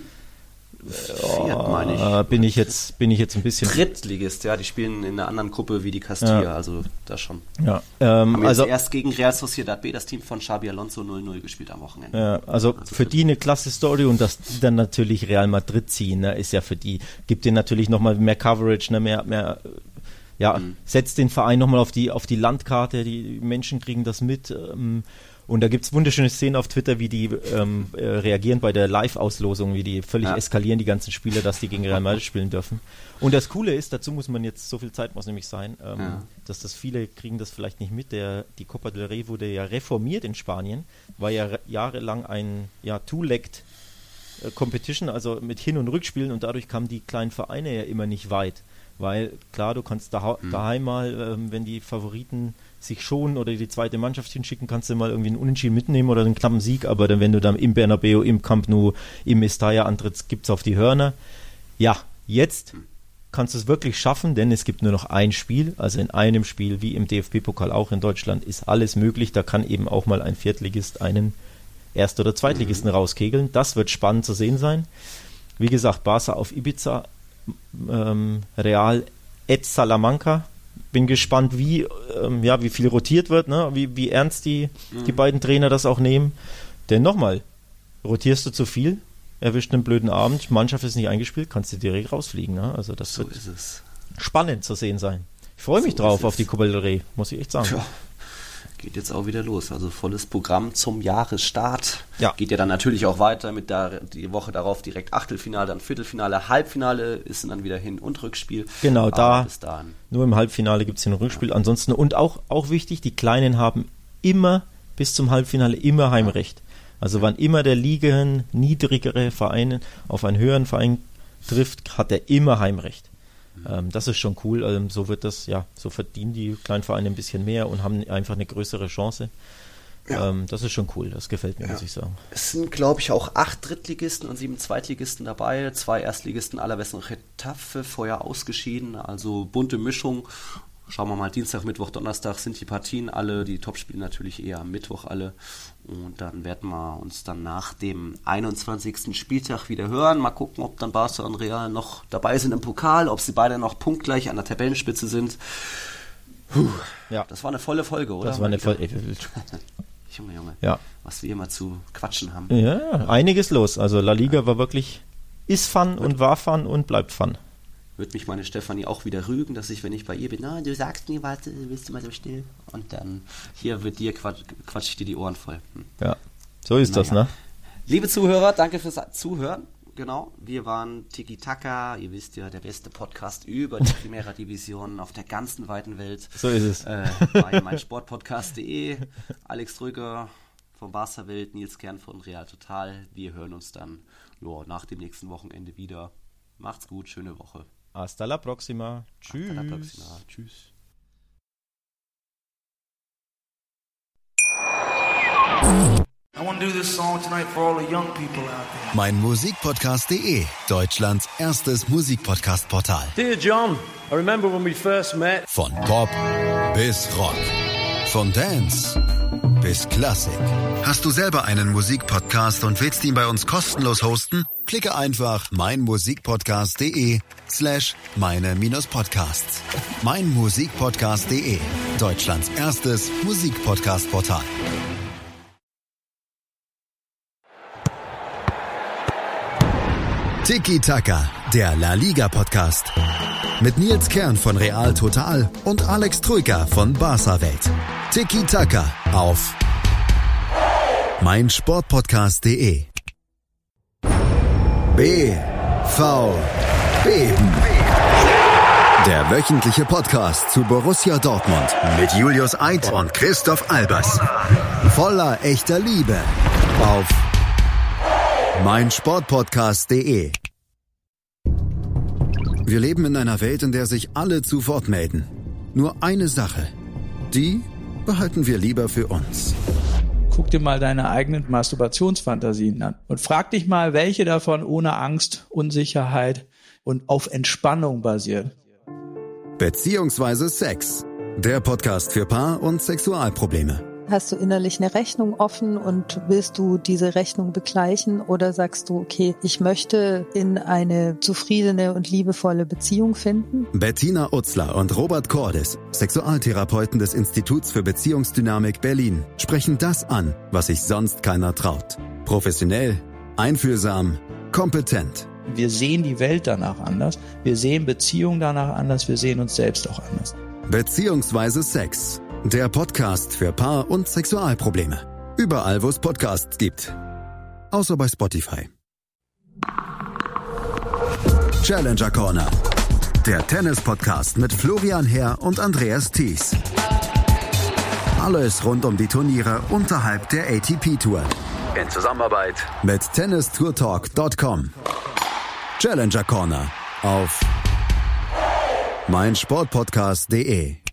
Viert, meine ich. Äh, bin ich jetzt bin ich jetzt ein bisschen Drittligist, ja, die spielen in einer anderen Gruppe wie die Castilla, ja. Also da schon. Ja, ähm, haben jetzt also erst gegen Real Sociedad B, das Team von Xabi Alonso, null null gespielt am Wochenende. Ja, also, also für die eine klasse Story, und dass die dann natürlich Real Madrid ziehen, ne, ist ja für die, gibt denen natürlich nochmal mehr Coverage, ne, mehr, mehr ja, mhm. setzt den Verein nochmal auf die, auf die Landkarte, die Menschen kriegen das mit, ähm, und da gibt es wunderschöne Szenen auf Twitter, wie die ähm, äh, reagieren bei der Live-Auslosung, wie die völlig ja. eskalieren, die ganzen Spieler, dass die gegen Real Madrid spielen dürfen. Und das Coole ist, dazu muss man jetzt, so viel Zeit muss nämlich sein, ähm, ja. dass das viele kriegen das vielleicht nicht mit, der, die Copa del Rey wurde ja reformiert in Spanien, war ja jahrelang ein ja, Two-Legged äh, Competition, also mit Hin- und Rückspielen, und dadurch kamen die kleinen Vereine ja immer nicht weit. Weil, klar, du kannst daha- mhm. daheim mal, ähm, wenn die Favoriten sich schonen oder die zweite Mannschaft hinschicken, kannst du mal irgendwie einen Unentschieden mitnehmen oder einen knappen Sieg, aber dann, wenn du dann im Bernabeu, im Camp Nou, im Mestalla antrittst, gibt's auf die Hörner. Ja, jetzt kannst du es wirklich schaffen, denn es gibt nur noch ein Spiel, also in einem Spiel, wie im D F B-Pokal auch in Deutschland, ist alles möglich, da kann eben auch mal ein Viertligist einen Erst- oder Zweitligisten mhm. rauskegeln. Das wird spannend zu sehen sein. Wie gesagt, Barca auf Ibiza, ähm, Real et Salamanca. Bin gespannt, wie, ähm, ja, wie viel rotiert wird, ne? wie, wie ernst die, mhm. die beiden Trainer das auch nehmen. Denn nochmal, rotierst du zu viel, erwischt einen blöden Abend, Mannschaft ist nicht eingespielt, kannst du direkt rausfliegen. Ne? Also das so wird ist es. spannend zu sehen sein. Ich freue mich so drauf auf die Copa del Rey, muss ich echt sagen. Ja. Geht jetzt auch wieder los, also volles Programm zum Jahresstart. Ja. Geht ja dann natürlich auch weiter mit der, die Woche darauf direkt Achtelfinale, dann Viertelfinale, Halbfinale ist dann wieder Hin- und Rückspiel. Genau, da bis dahin. Nur im Halbfinale gibt es Hin- und Rückspiel. Ja. Ansonsten, und auch, auch wichtig, die Kleinen haben immer bis zum Halbfinale immer Heimrecht. Also wann immer der liegenden, niedrigere Verein auf einen höheren Verein trifft, hat er immer Heimrecht. Ähm, das ist schon cool. Ähm, so wird das, ja, so verdienen die kleinen Vereine ein bisschen mehr und haben einfach eine größere Chance. Ja. Ähm, das ist schon cool. Das gefällt mir, ja. muss ich sagen. Es sind, glaube ich, auch acht Drittligisten und sieben Zweitligisten dabei. Zwei Erstligisten, Alaves und Getafe, vorher ausgeschieden. Also bunte Mischung. Schauen wir mal, Dienstag, Mittwoch, Donnerstag sind die Partien alle, die Topspiele natürlich eher am Mittwoch alle. Und dann werden wir uns dann nach dem einundzwanzigsten Spieltag wieder hören. Mal gucken, ob dann Barca und Real noch dabei sind im Pokal, ob sie beide noch punktgleich an der Tabellenspitze sind. Puh, ja. Das war eine volle Folge, oder? Das war eine volle Junge, Junge, ja. Was wir immer zu quatschen haben. Ja, einiges los. Also La Liga ja. war wirklich, ist Fun und war Fun und bleibt Fun. Wird mich meine Stefanie auch wieder rügen, dass ich, wenn ich bei ihr bin, na, du sagst nie, warte, bist du mal so still. Und dann hier wird dir quatsch, quatsch ich dir die Ohren voll. Hm. Ja, so ist naja. das, ne? Liebe Zuhörer, danke fürs Zuhören. Genau, wir waren Tiki Taka, ihr wisst ja, der beste Podcast über die Primera Division auf der ganzen weiten Welt. So ist es. Äh, bei meinsportpodcast punkt de. Alex Trüger vom Barca Welt, Nils Kern von Real Total. Wir hören uns dann jo, nach dem nächsten Wochenende wieder. Macht's gut, schöne Woche. Hasta la próxima. Tschüss. Hasta la próxima. Tschüss. Mein Musikpodcast punkt de, Deutschlands erstes Musikpodcast-Portal. Dear John, I remember when we first met. Von Pop bis Rock. Von Dance bis Klassik. Hast du selber einen Musikpodcast und willst ihn bei uns kostenlos hosten? Klicke einfach meinmusikpodcast.de slash meine minus Podcasts. meinmusikpodcast.de, Deutschlands erstes Musikpodcast-Portal. Tiki Taka, der La Liga Podcast. Mit Nils Kern von Real Total und Alex Troika von Barca Welt. Tiki Taka auf meinsportpodcast.de. B V Beben. Der wöchentliche Podcast zu Borussia Dortmund mit Julius Eid und Christoph Albers. Voller echter Liebe auf meinsportpodcast.de. Wir leben in einer Welt, in der sich alle zu Wort melden. Nur eine Sache, die behalten wir lieber für uns. Guck dir mal deine eigenen Masturbationsfantasien an und frag dich mal, welche davon ohne Angst, Unsicherheit und auf Entspannung basieren. Beziehungsweise Sex. Der Podcast für Paar- und Sexualprobleme. Hast du innerlich eine Rechnung offen und willst du diese Rechnung begleichen oder sagst du, okay, ich möchte in eine zufriedene und liebevolle Beziehung finden? Bettina Utzler und Robert Cordes, Sexualtherapeuten des Instituts für Beziehungsdynamik Berlin, sprechen das an, was sich sonst keiner traut. Professionell, einfühlsam, kompetent. Wir sehen die Welt danach anders, wir sehen Beziehungen danach anders, wir sehen uns selbst auch anders. Beziehungsweise Sex. Der Podcast für Paar- und Sexualprobleme. Überall, wo es Podcasts gibt. Außer bei Spotify. Challenger Corner. Der Tennis-Podcast mit Florian Herr und Andreas Thies. Alles rund um die Turniere unterhalb der A T P-Tour. In Zusammenarbeit mit tennis tour talk punkt com. Challenger Corner auf meinsportpodcast punkt de.